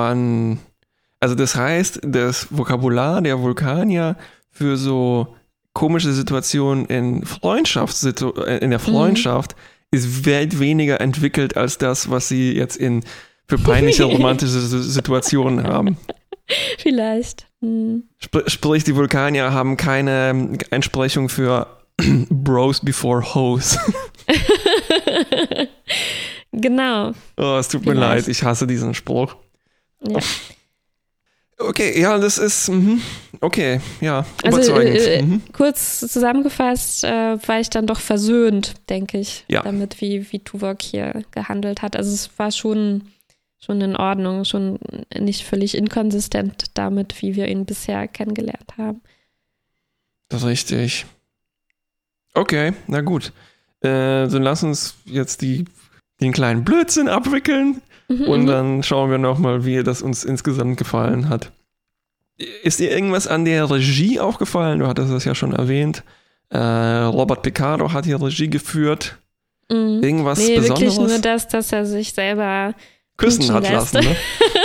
Vokabular der Vulkanier für so komische Situationen in der Freundschaft ist weit weniger entwickelt als das, was sie jetzt für peinliche romantische Situationen haben. Vielleicht. Sprich, die Vulkanier haben keine Entsprechung für Bros before Hoes. Genau. Oh, es tut mir leid, ich hasse diesen Spruch. Ja. Okay, ja, das ist, okay, ja, überzeugend. Also kurz zusammengefasst war ich dann doch versöhnt, denke ich, damit, wie Tuvok hier gehandelt hat. Also es war schon in Ordnung, schon nicht völlig inkonsistent damit, wie wir ihn bisher kennengelernt haben. Das ist richtig. Okay, na gut. Dann lass uns jetzt den kleinen Blödsinn abwickeln. Und dann schauen wir nochmal, wie das uns insgesamt gefallen hat. Ist dir irgendwas an der Regie aufgefallen? Du hattest das ja schon erwähnt. Robert Picardo hat hier Regie geführt. Irgendwas Besonderes? Nee, wirklich nur das, dass er sich selber küssen hat lassen, ne?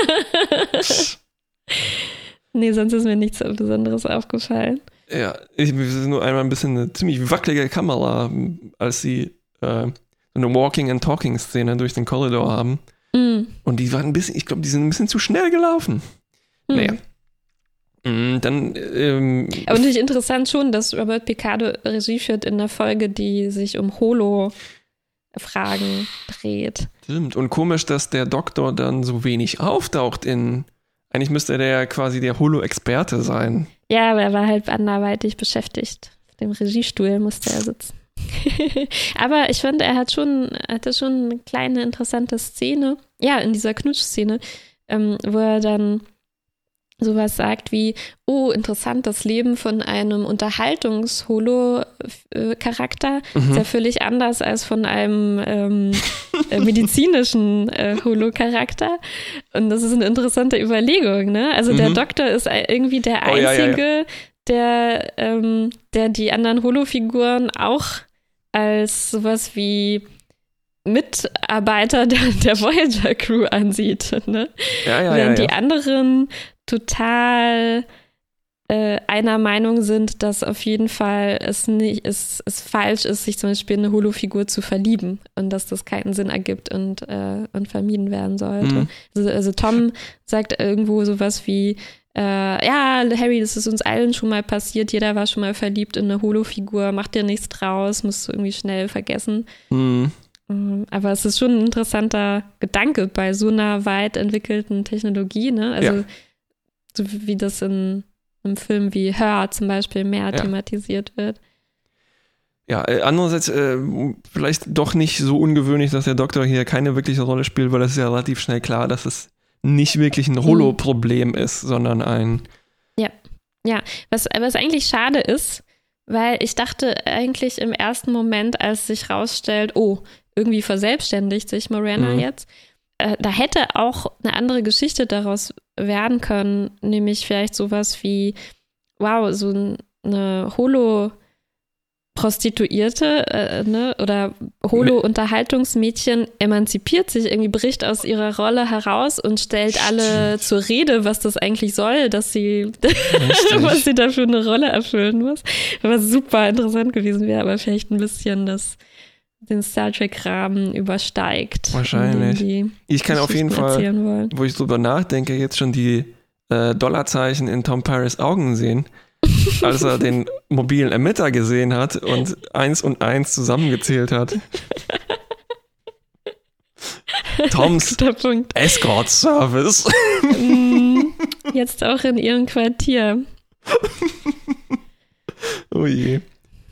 Nee, sonst ist mir nichts Besonderes aufgefallen. Ja, es ist nur einmal ein bisschen eine ziemlich wackelige Kamera, als sie so eine Walking- and Talking-Szene durch den Korridor haben. Und die waren ich glaube, die sind ein bisschen zu schnell gelaufen. Naja. Dann. Aber natürlich interessant schon, dass Robert Picardo Regie führt in einer Folge, die sich um Holo-Fragen dreht. Stimmt. Und komisch, dass der Doktor dann so wenig auftaucht eigentlich müsste der ja quasi der Holo-Experte sein. Ja, aber er war halt anderweitig beschäftigt. Auf dem Regiestuhl musste er sitzen. Aber ich fand, er hatte schon eine kleine interessante Szene, ja, in dieser Knutschszene, wo er dann sowas sagt wie, oh, interessant, das Leben von einem Unterhaltungs-Holo-Charakter ist ja völlig anders als von einem medizinischen Holo-Charakter. Und das ist eine interessante Überlegung, ne? Also der Doktor ist irgendwie der Einzige, der die anderen Holo-Figuren auch als sowas wie Mitarbeiter der Voyager-Crew ansieht. Ne? Während die anderen total einer Meinung sind, dass auf jeden Fall es falsch ist, sich zum Beispiel in eine Holo-Figur zu verlieben und dass das keinen Sinn ergibt und vermieden werden sollte. Also Tom sagt irgendwo sowas wie ja, Harry, das ist uns allen schon mal passiert, jeder war schon mal verliebt in eine Holo-Figur, mach dir nichts draus, musst du irgendwie schnell vergessen. Aber es ist schon ein interessanter Gedanke bei so einer weit entwickelten Technologie, ne? Also so wie das in einem Film wie Her zum Beispiel mehr thematisiert wird. Ja, andererseits vielleicht doch nicht so ungewöhnlich, dass der Doktor hier keine wirkliche Rolle spielt, weil es ist ja relativ schnell klar, dass es nicht wirklich ein Holo-Problem ist, sondern ein... Ja, was eigentlich schade ist, weil ich dachte eigentlich im ersten Moment, als sich rausstellt, oh, irgendwie verselbstständigt sich Morena jetzt, da hätte auch eine andere Geschichte daraus werden können, nämlich vielleicht sowas wie, wow, so eine Holo-Prostituierte ne, oder Holo-Unterhaltungsmädchen emanzipiert sich, irgendwie bricht aus ihrer Rolle heraus und stellt alle zur Rede, was das eigentlich soll, dass sie was sie da für eine Rolle erfüllen muss. Was super interessant gewesen wäre, aber vielleicht ein bisschen den Star Trek-Rahmen übersteigt. Wahrscheinlich. Ich kann auf jeden Fall, wo ich drüber nachdenke, jetzt schon die Dollarzeichen in Tom Paris Augen sehen, als er den mobilen Emitter gesehen hat und 1 und 1 zusammengezählt hat. Toms Escort-Service. Jetzt auch in ihrem Quartier. Oh je.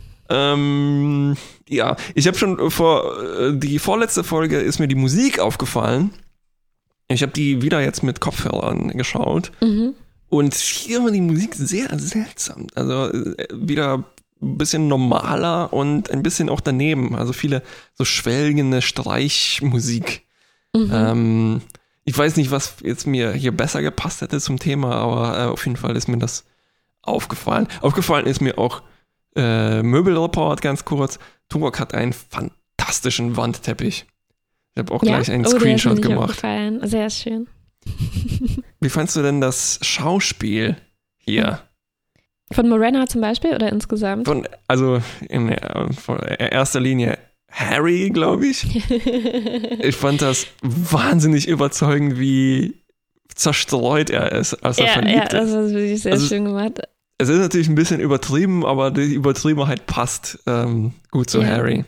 Ja, ich habe schon die vorletzte Folge ist mir die Musik aufgefallen. Ich habe die wieder jetzt mit Kopfhörern geschaut. Und hier war die Musik sehr seltsam. Also wieder ein bisschen normaler und ein bisschen auch daneben. Also viele so schwelgende Streichmusik. Ich weiß nicht, was jetzt mir hier besser gepasst hätte zum Thema, aber auf jeden Fall ist mir das aufgefallen. Aufgefallen ist mir auch Möbelreport, ganz kurz. Tuvok hat einen fantastischen Wandteppich. Ich habe auch gleich einen Screenshot gemacht. Sehr schön. Wie fandst du denn das Schauspiel hier? Von Morena zum Beispiel oder insgesamt? Also in erster Linie Harry, glaube ich. Ich fand das wahnsinnig überzeugend, wie zerstreut er ist, als er verliebt ist. Ja, das ist wirklich sehr schön gemacht. Es ist natürlich ein bisschen übertrieben, aber die Übertriebenheit passt gut zu Harry.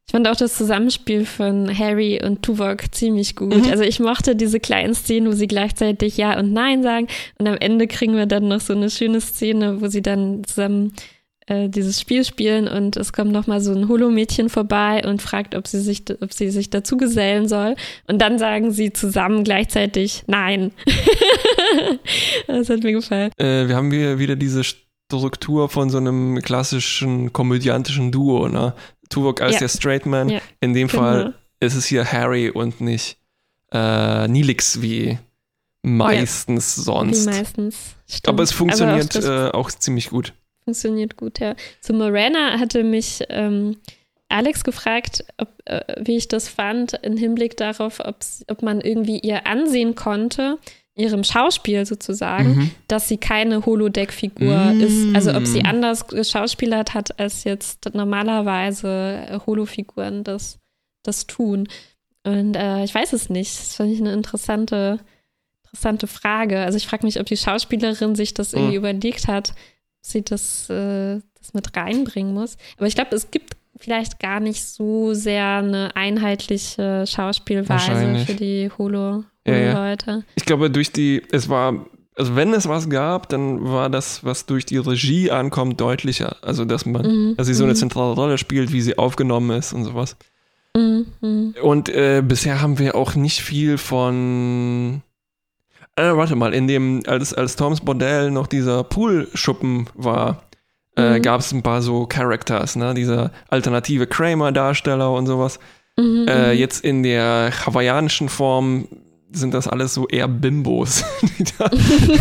Ich fand auch das Zusammenspiel von Harry und Tuvok ziemlich gut. Also ich mochte diese kleinen Szenen, wo sie gleichzeitig Ja und Nein sagen. Und am Ende kriegen wir dann noch so eine schöne Szene, wo sie dann zusammen dieses Spiel spielen und es kommt nochmal so ein Holo-Mädchen vorbei und fragt, ob sie sich dazu gesellen soll. Und dann sagen sie zusammen gleichzeitig Nein. Das hat mir gefallen. Wir haben wieder diese Struktur von so einem klassischen komödiantischen Duo, ne? Tuvok als der Straight Man. Ja, in dem Fall ist es hier Harry und nicht Neelix wie meistens sonst. Wie meistens. Stimmt. Aber es funktioniert auch ziemlich gut. Funktioniert gut, ja. Zu Morena hatte mich Alex gefragt, wie ich das fand, im Hinblick darauf, ob man irgendwie ihr ansehen konnte, ihrem Schauspiel sozusagen, dass sie keine Holodeck-Figur ist. Also ob sie anders geschauspielert hat, als jetzt normalerweise Holofiguren das tun. Und ich weiß es nicht. Das fand ich eine interessante Frage. Also ich frage mich, ob die Schauspielerin sich das irgendwie überlegt hat, ob sie das mit reinbringen muss. Aber ich glaube, es gibt vielleicht gar nicht so sehr eine einheitliche Schauspielweise für die Holo-Leute. Ja. Ich glaube, wenn es was gab, dann war das, was durch die Regie ankommt, deutlicher. Also, dass sie so eine zentrale Rolle spielt, wie sie aufgenommen ist und sowas. Und bisher haben wir auch nicht viel von warte mal, als Toms Bordell noch dieser Poolschuppen war, gab es ein paar so Characters, ne? Dieser alternative Kramer-Darsteller und sowas. Jetzt in der hawaiianischen Form sind das alles so eher Bimbos, die da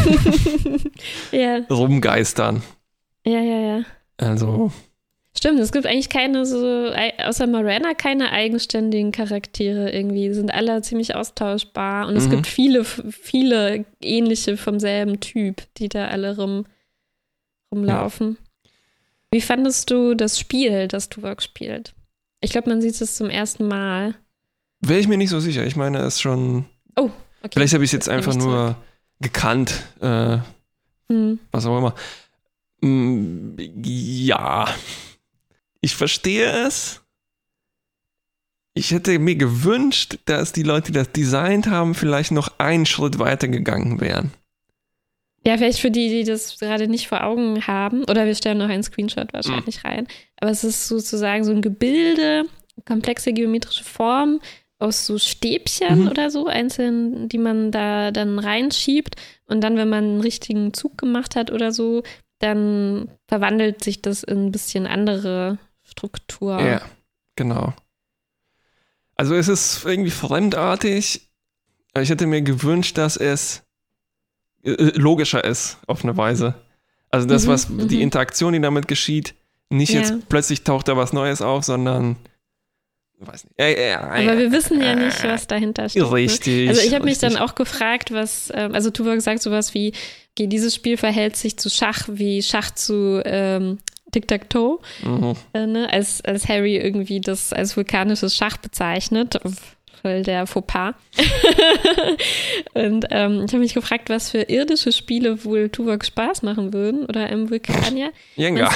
rumgeistern. Ja. Also. Stimmt, es gibt eigentlich keine außer Morena keine eigenständigen Charaktere irgendwie. Die sind alle ziemlich austauschbar und es gibt viele ähnliche vom selben Typ, die da alle rumlaufen. Ja. Wie fandest du das Spiel, das Tuvok spielt? Ich glaube, man sieht es zum ersten Mal. Wäre ich mir nicht so sicher. Ich meine, es ist schon. Oh, okay. Vielleicht habe ich es jetzt einfach nur gekannt. Was auch immer. Ja. Ich verstehe es. Ich hätte mir gewünscht, dass die Leute, die das designt haben, vielleicht noch einen Schritt weiter gegangen wären. Ja, vielleicht für die das gerade nicht vor Augen haben. Oder wir stellen noch einen Screenshot wahrscheinlich rein. Aber es ist sozusagen so ein Gebilde, komplexe geometrische Form aus so Stäbchen oder so, einzeln, die man da dann reinschiebt. Und dann, wenn man einen richtigen Zug gemacht hat oder so, dann verwandelt sich das in ein bisschen andere Struktur. Ja, genau. Also es ist irgendwie fremdartig. Ich hätte mir gewünscht, dass es logischer ist, auf eine Weise. Also das, was die Interaktion, die damit geschieht, nicht jetzt plötzlich taucht da was Neues auf, sondern weiß nicht. Aber wir wissen ja nicht, was dahinter steht. Richtig. Ne? Also ich habe mich dann auch gefragt, also Tuvok sagt sowas wie, okay, dieses Spiel verhält sich zu Schach wie Schach zu Tic-Tac-Toe, ne? als Harry irgendwie das als vulkanisches Schach bezeichnet. Voll der Fauxpas. Und ich habe mich gefragt, was für irdische Spiele wohl Tuvok Spaß machen würden oder einem Vulkanier. Jenga.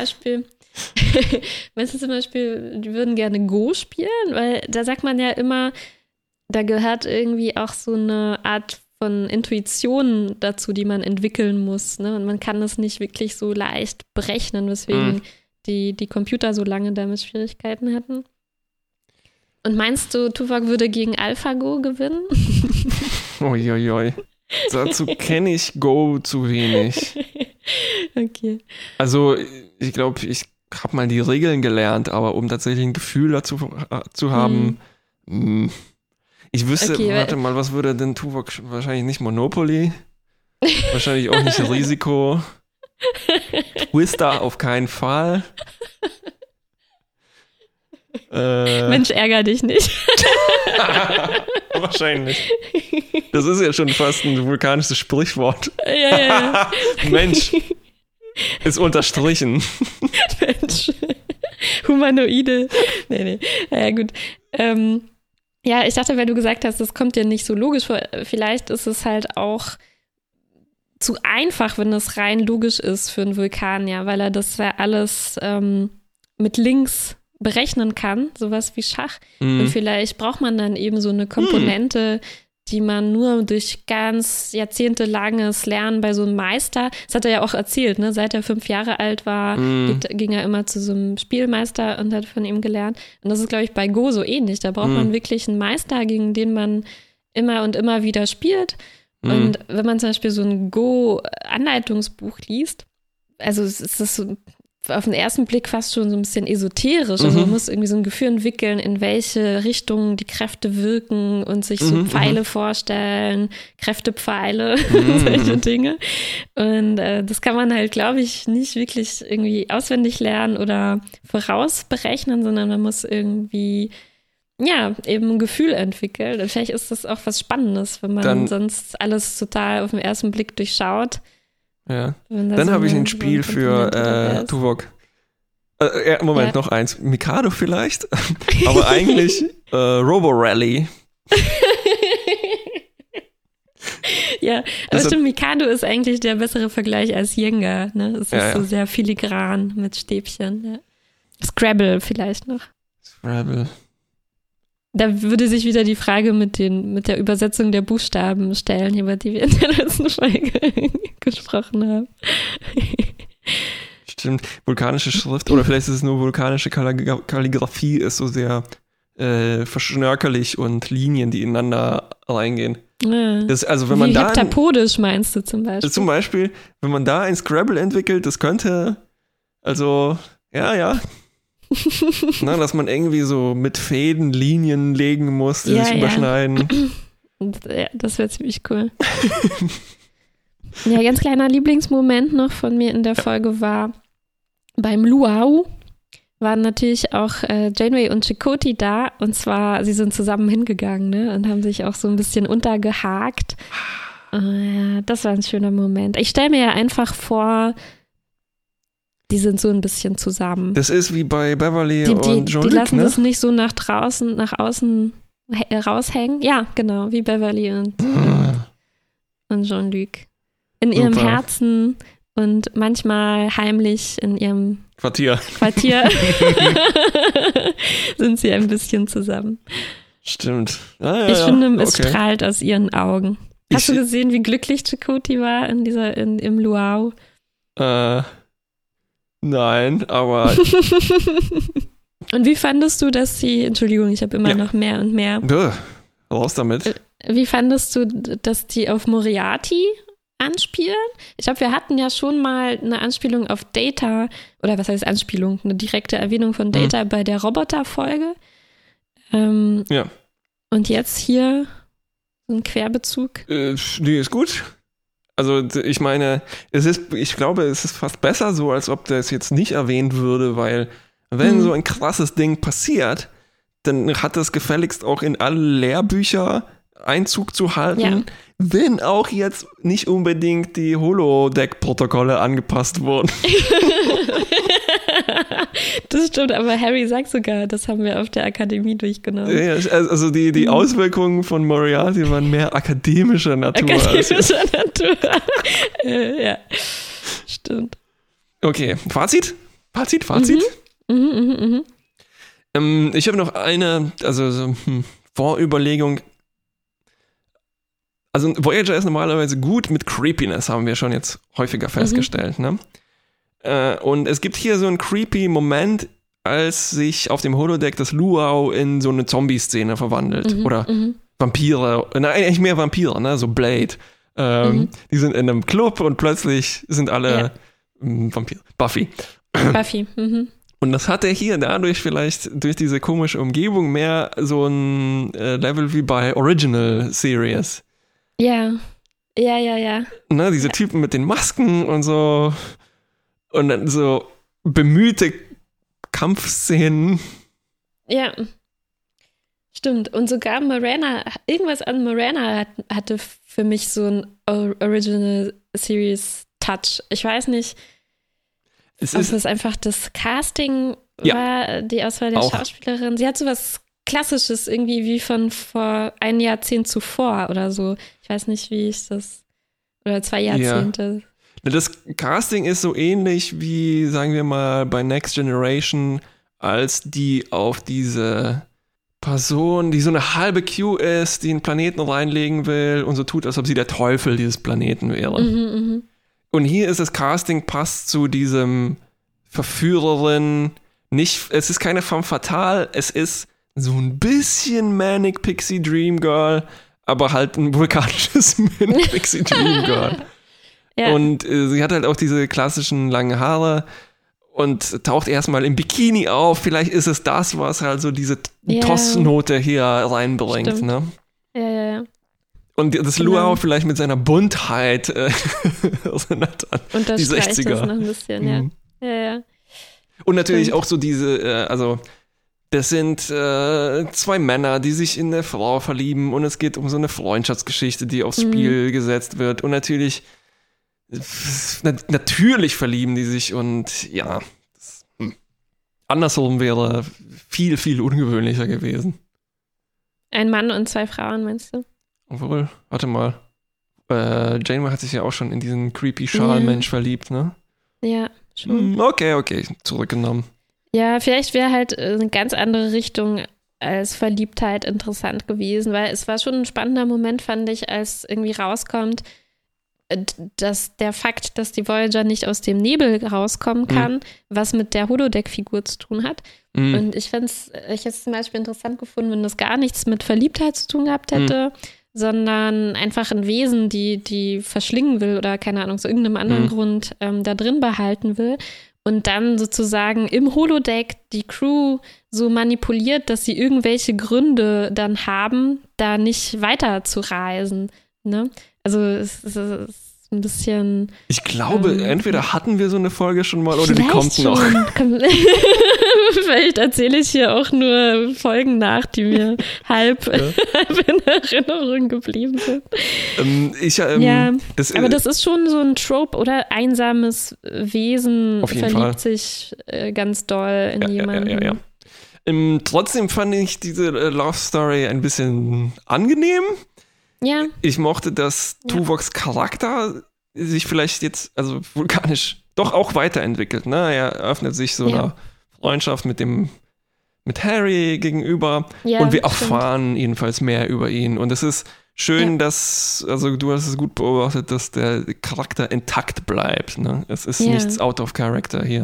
Meinst du zum Beispiel, die würden gerne Go spielen? Weil da sagt man ja immer, da gehört irgendwie auch so eine Art von Intuition dazu, die man entwickeln muss. Ne? Und man kann das nicht wirklich so leicht berechnen, weswegen die Computer so lange damit Schwierigkeiten hatten. Und meinst du, Tuvok würde gegen AlphaGo gewinnen? Uiuiui. Dazu kenne ich Go zu wenig. Okay. Also, ich glaube, ich habe mal die Regeln gelernt, aber um tatsächlich ein Gefühl dazu zu haben, ich wüsste, warte mal, was würde denn Tuvok? Wahrscheinlich nicht Monopoly. Wahrscheinlich auch nicht Risiko. Twister auf keinen Fall. Mensch, ärger dich nicht. Wahrscheinlich. Das ist ja schon fast ein vulkanisches Sprichwort. Ja. Mensch. Ist unterstrichen. Mensch. Humanoide. Nee. Ja, gut. Ja, ich dachte, weil du gesagt hast, das kommt dir nicht so logisch vor. Vielleicht ist es halt auch zu einfach, wenn es rein logisch ist für einen Vulkanier, weil er das ja alles mit links berechnen kann, sowas wie Schach. Und vielleicht braucht man dann eben so eine Komponente, die man nur durch ganz jahrzehntelanges Lernen bei so einem Meister, das hat er ja auch erzählt, ne? Seit er 5 Jahre alt war, ging er immer zu so einem Spielmeister und hat von ihm gelernt. Und das ist, glaube ich, bei Go so ähnlich. Da braucht man wirklich einen Meister, gegen den man immer und immer wieder spielt. Und wenn man zum Beispiel so ein Go-Anleitungsbuch liest, also es ist so auf den ersten Blick fast schon so ein bisschen esoterisch. Also man muss irgendwie so ein Gefühl entwickeln, in welche Richtung die Kräfte wirken und sich so Pfeile vorstellen, Kräftepfeile, solche Dinge. Und das kann man halt, glaube ich, nicht wirklich irgendwie auswendig lernen oder vorausberechnen, sondern man muss irgendwie eben ein Gefühl entwickeln. Und vielleicht ist das auch was Spannendes, wenn man sonst alles total auf den ersten Blick durchschaut. Ja, dann habe ich ein Spiel für Tuvok. Moment, noch eins. Mikado vielleicht, aber eigentlich Robo-Rally. Ja, aber stimmt, Mikado ist eigentlich der bessere Vergleich als Jenga. Ne? Es ist so sehr filigran mit Stäbchen. Ja. Scrabble vielleicht noch. Scrabble. Da würde sich wieder die Frage mit der Übersetzung der Buchstaben stellen, über die wir in der letzten Folge gesprochen haben. Stimmt, vulkanische Schrift oder vielleicht ist es nur vulkanische Kalligraphie, ist so sehr verschnörkelig und Linien, die ineinander reingehen. Ja. Das, also wenn man da heptapodisch meinst du zum Beispiel? Zum Beispiel, wenn man da ein Scrabble entwickelt, das könnte, also, ja. Na, dass man irgendwie so mit Fäden Linien legen muss, die sich überschneiden. Ja, das wäre ziemlich cool. Ja, ganz kleiner Lieblingsmoment noch von mir in der Folge war, beim Luau waren natürlich auch Janeway und Chakotay da, und zwar, sie sind zusammen hingegangen, ne, und haben sich auch so ein bisschen untergehakt. Ja, das war ein schöner Moment. Ich stelle mir ja einfach vor, die sind so ein bisschen zusammen. Das ist wie bei Beverly und Jean-Luc, die lassen ne? das nicht so nach außen raushängen. Ja, genau, wie Beverly und Jean-Luc. In ihrem Herzen und manchmal heimlich in ihrem Quartier sind sie ein bisschen zusammen. Stimmt. Ich finde, es strahlt aus ihren Augen. Hast du gesehen, wie glücklich Chakotay war im Luau? Nein, aber... Und wie fandest du, dass sie... Entschuldigung, ich habe immer noch mehr und mehr. Raus damit. Wie fandest du, dass die auf Moriarty anspielen? Ich glaube, wir hatten ja schon mal eine Anspielung auf Data, oder was heißt Anspielung? Eine direkte Erwähnung von Data bei der Roboter-Folge. Ja. Und jetzt hier so ein Querbezug. Nee, ist gut. Also ich meine, ich glaube, es ist fast besser so, als ob das jetzt nicht erwähnt würde, weil wenn so ein krasses Ding passiert, dann hat das gefälligst auch in alle Lehrbücher Einzug zu halten, wenn auch jetzt nicht unbedingt die Holodeck-Protokolle angepasst wurden. Das stimmt, aber Harry sagt sogar, das haben wir auf der Akademie durchgenommen. Ja, also die Auswirkungen von Moriarty waren mehr akademischer Natur. Natur. Ja, stimmt. Okay, Fazit? Ich habe noch eine, Vorüberlegung. Also Voyager ist normalerweise gut mit Creepiness, haben wir schon jetzt häufiger festgestellt, ne? Und es gibt hier so einen creepy Moment, als sich auf dem Holodeck das Luau in so eine Zombie-Szene verwandelt. Oder Vampire, nein, eigentlich mehr Vampire, ne? So Blade. Die sind in einem Club und plötzlich sind alle Vampire. Buffy. Und das hat er hier dadurch vielleicht durch diese komische Umgebung mehr so ein Level wie bei Original Series. Ja. Ne, diese Typen mit den Masken und so. Und dann so bemühte Kampfszenen. Ja. Stimmt. Und sogar irgendwas an Morena hatte für mich so ein Original Series Touch. Ich weiß nicht, ob es einfach das Casting war, die Auswahl der Schauspielerin. Sie hat so was Klassisches irgendwie wie von vor ein Jahrzehnt zuvor oder so. Ich weiß nicht, wie ich das... Oder 2 Jahrzehnte. Ja. Das Casting ist so ähnlich wie, sagen wir mal, bei Next Generation als die auf diese Person, die so eine halbe Q ist, die einen Planeten reinlegen will und so tut, als ob sie der Teufel dieses Planeten wäre. Und hier ist das Casting, passt zu diesem Verführerin, es ist keine femme fatale, es ist so ein bisschen Manic Pixie Dream Girl, aber halt ein vulkanisches Manic Pixie Dream Girl. Ja. Und sie hat halt auch diese klassischen langen Haare und taucht erstmal im Bikini auf. Vielleicht ist es das, was halt so diese Toss-Note hier reinbringt. Ne? Ja. Und das Luau vielleicht mit seiner Buntheit erinnert an die 60er. Das noch ein bisschen, ja. Und natürlich auch so diese, das sind zwei Männer, die sich in eine Frau verlieben und es geht um so eine Freundschaftsgeschichte, die aufs Spiel gesetzt wird. Und natürlich verlieben die sich und ja, andersrum wäre viel, viel ungewöhnlicher gewesen. Ein Mann und zwei Frauen, meinst du? Obwohl, warte mal. Janeway hat sich ja auch schon in diesen creepy Schalmensch verliebt, ne? Ja, schon. Okay, zurückgenommen. Ja, vielleicht wäre halt eine ganz andere Richtung als Verliebtheit interessant gewesen, weil es war schon ein spannender Moment, fand ich, als irgendwie rauskommt, dass der Fakt, dass die Voyager nicht aus dem Nebel rauskommen kann, was mit der Holodeck-Figur zu tun hat. Und ich hätte es zum Beispiel interessant gefunden, wenn das gar nichts mit Verliebtheit zu tun gehabt hätte, sondern einfach ein Wesen, die verschlingen will oder keine Ahnung, aus irgendeinem anderen Grund da drin behalten will. Und dann sozusagen im Holodeck die Crew so manipuliert, dass sie irgendwelche Gründe dann haben, da nicht weiter zu reisen. Ne? Also es ist ein bisschen... Ich glaube, entweder hatten wir so eine Folge schon mal oder die kommt noch. Vielleicht erzähle ich hier auch nur Folgen nach, die mir halb in Erinnerung geblieben sind. Aber das ist schon so ein Trope, oder? Einsames Wesen verliebt sich ganz doll in jemanden. Ja. Trotzdem fand ich diese Love Story ein bisschen angenehm. Ja. Ich mochte, dass Tuvoks Charakter sich vielleicht jetzt, also vulkanisch, doch auch weiterentwickelt. Ne? Er öffnet sich so einer Freundschaft mit Harry gegenüber und wir erfahren jedenfalls mehr über ihn. Und es ist schön, dass, also du hast es gut beobachtet, dass der Charakter intakt bleibt. Ne? Es ist nichts out of character hier.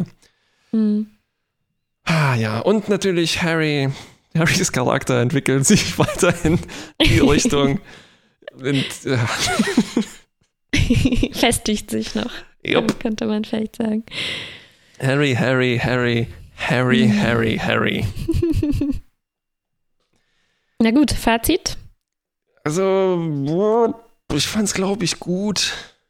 Und natürlich Harrys Charakter entwickelt sich weiter in die Richtung. Festigt sich noch, könnte man vielleicht sagen. Harry. Na gut, Fazit? Also, ich fand's, glaube ich, gut.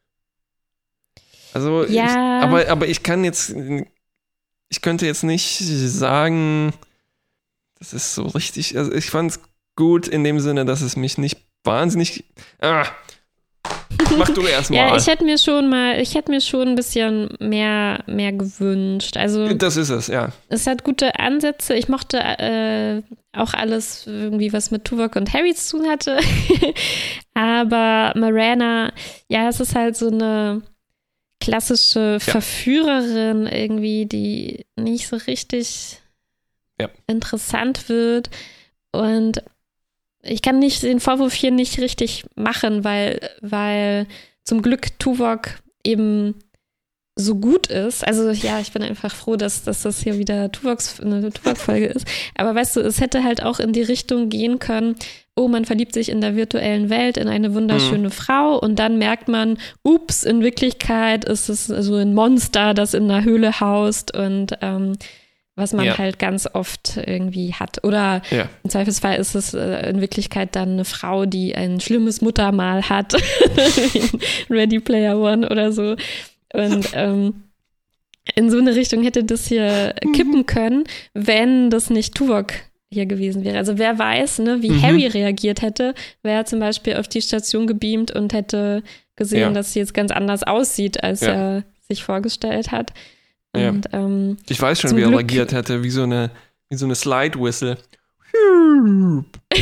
Also, aber ich könnte jetzt nicht sagen, das ist so richtig, also ich fand's gut in dem Sinne, dass es mich nicht wahnsinnig, mach du erstmal. Ja, ich hätte mir schon ein bisschen mehr gewünscht. Also das ist es, ja. Es hat gute Ansätze. Ich mochte auch alles irgendwie, was mit Tuvok und Harry zu tun hatte. Aber Marana, es ist halt so eine klassische Verführerin irgendwie, die nicht so richtig interessant wird. Und ich kann den Vorwurf hier nicht richtig machen, weil zum Glück Tuvok eben so gut ist. Also ich bin einfach froh, dass das hier wieder eine Tuvok-Folge ist. Aber weißt du, es hätte halt auch in die Richtung gehen können, man verliebt sich in der virtuellen Welt in eine wunderschöne Frau und dann merkt man, in Wirklichkeit ist es so ein Monster, das in einer Höhle haust und was man halt ganz oft irgendwie hat. Oder im Zweifelsfall ist es in Wirklichkeit dann eine Frau, die ein schlimmes Muttermal hat. Ready Player One oder so. Und in so eine Richtung hätte das hier kippen können, wenn das nicht Tuvok hier gewesen wäre. Also wer weiß, ne, wie Harry reagiert hätte, wäre zum Beispiel auf die Station gebeamt und hätte gesehen, dass sie jetzt ganz anders aussieht, als er sich vorgestellt hat. Und, ich weiß schon, wie er reagiert hätte, wie so eine Slide-Whistle.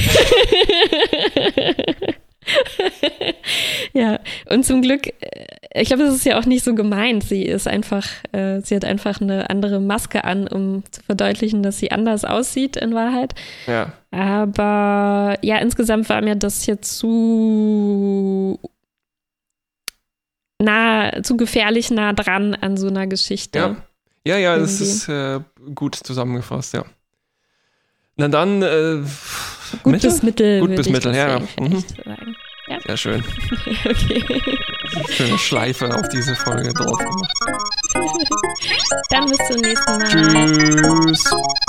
Ja, und zum Glück ich glaube, es ist ja auch nicht so gemeint. Sie hat einfach eine andere Maske an, um zu verdeutlichen, dass sie anders aussieht in Wahrheit. Ja. Aber ja, insgesamt war mir das hier zu gefährlich nah dran an so einer Geschichte. Ja, das ist gut zusammengefasst, ja. Na dann, Gutes Mittel, ja. Sagen. Ja. Sehr schön. Okay. Schöne Schleife auf diese Folge drauf gemacht. Dann bis zum nächsten Mal. Tschüss.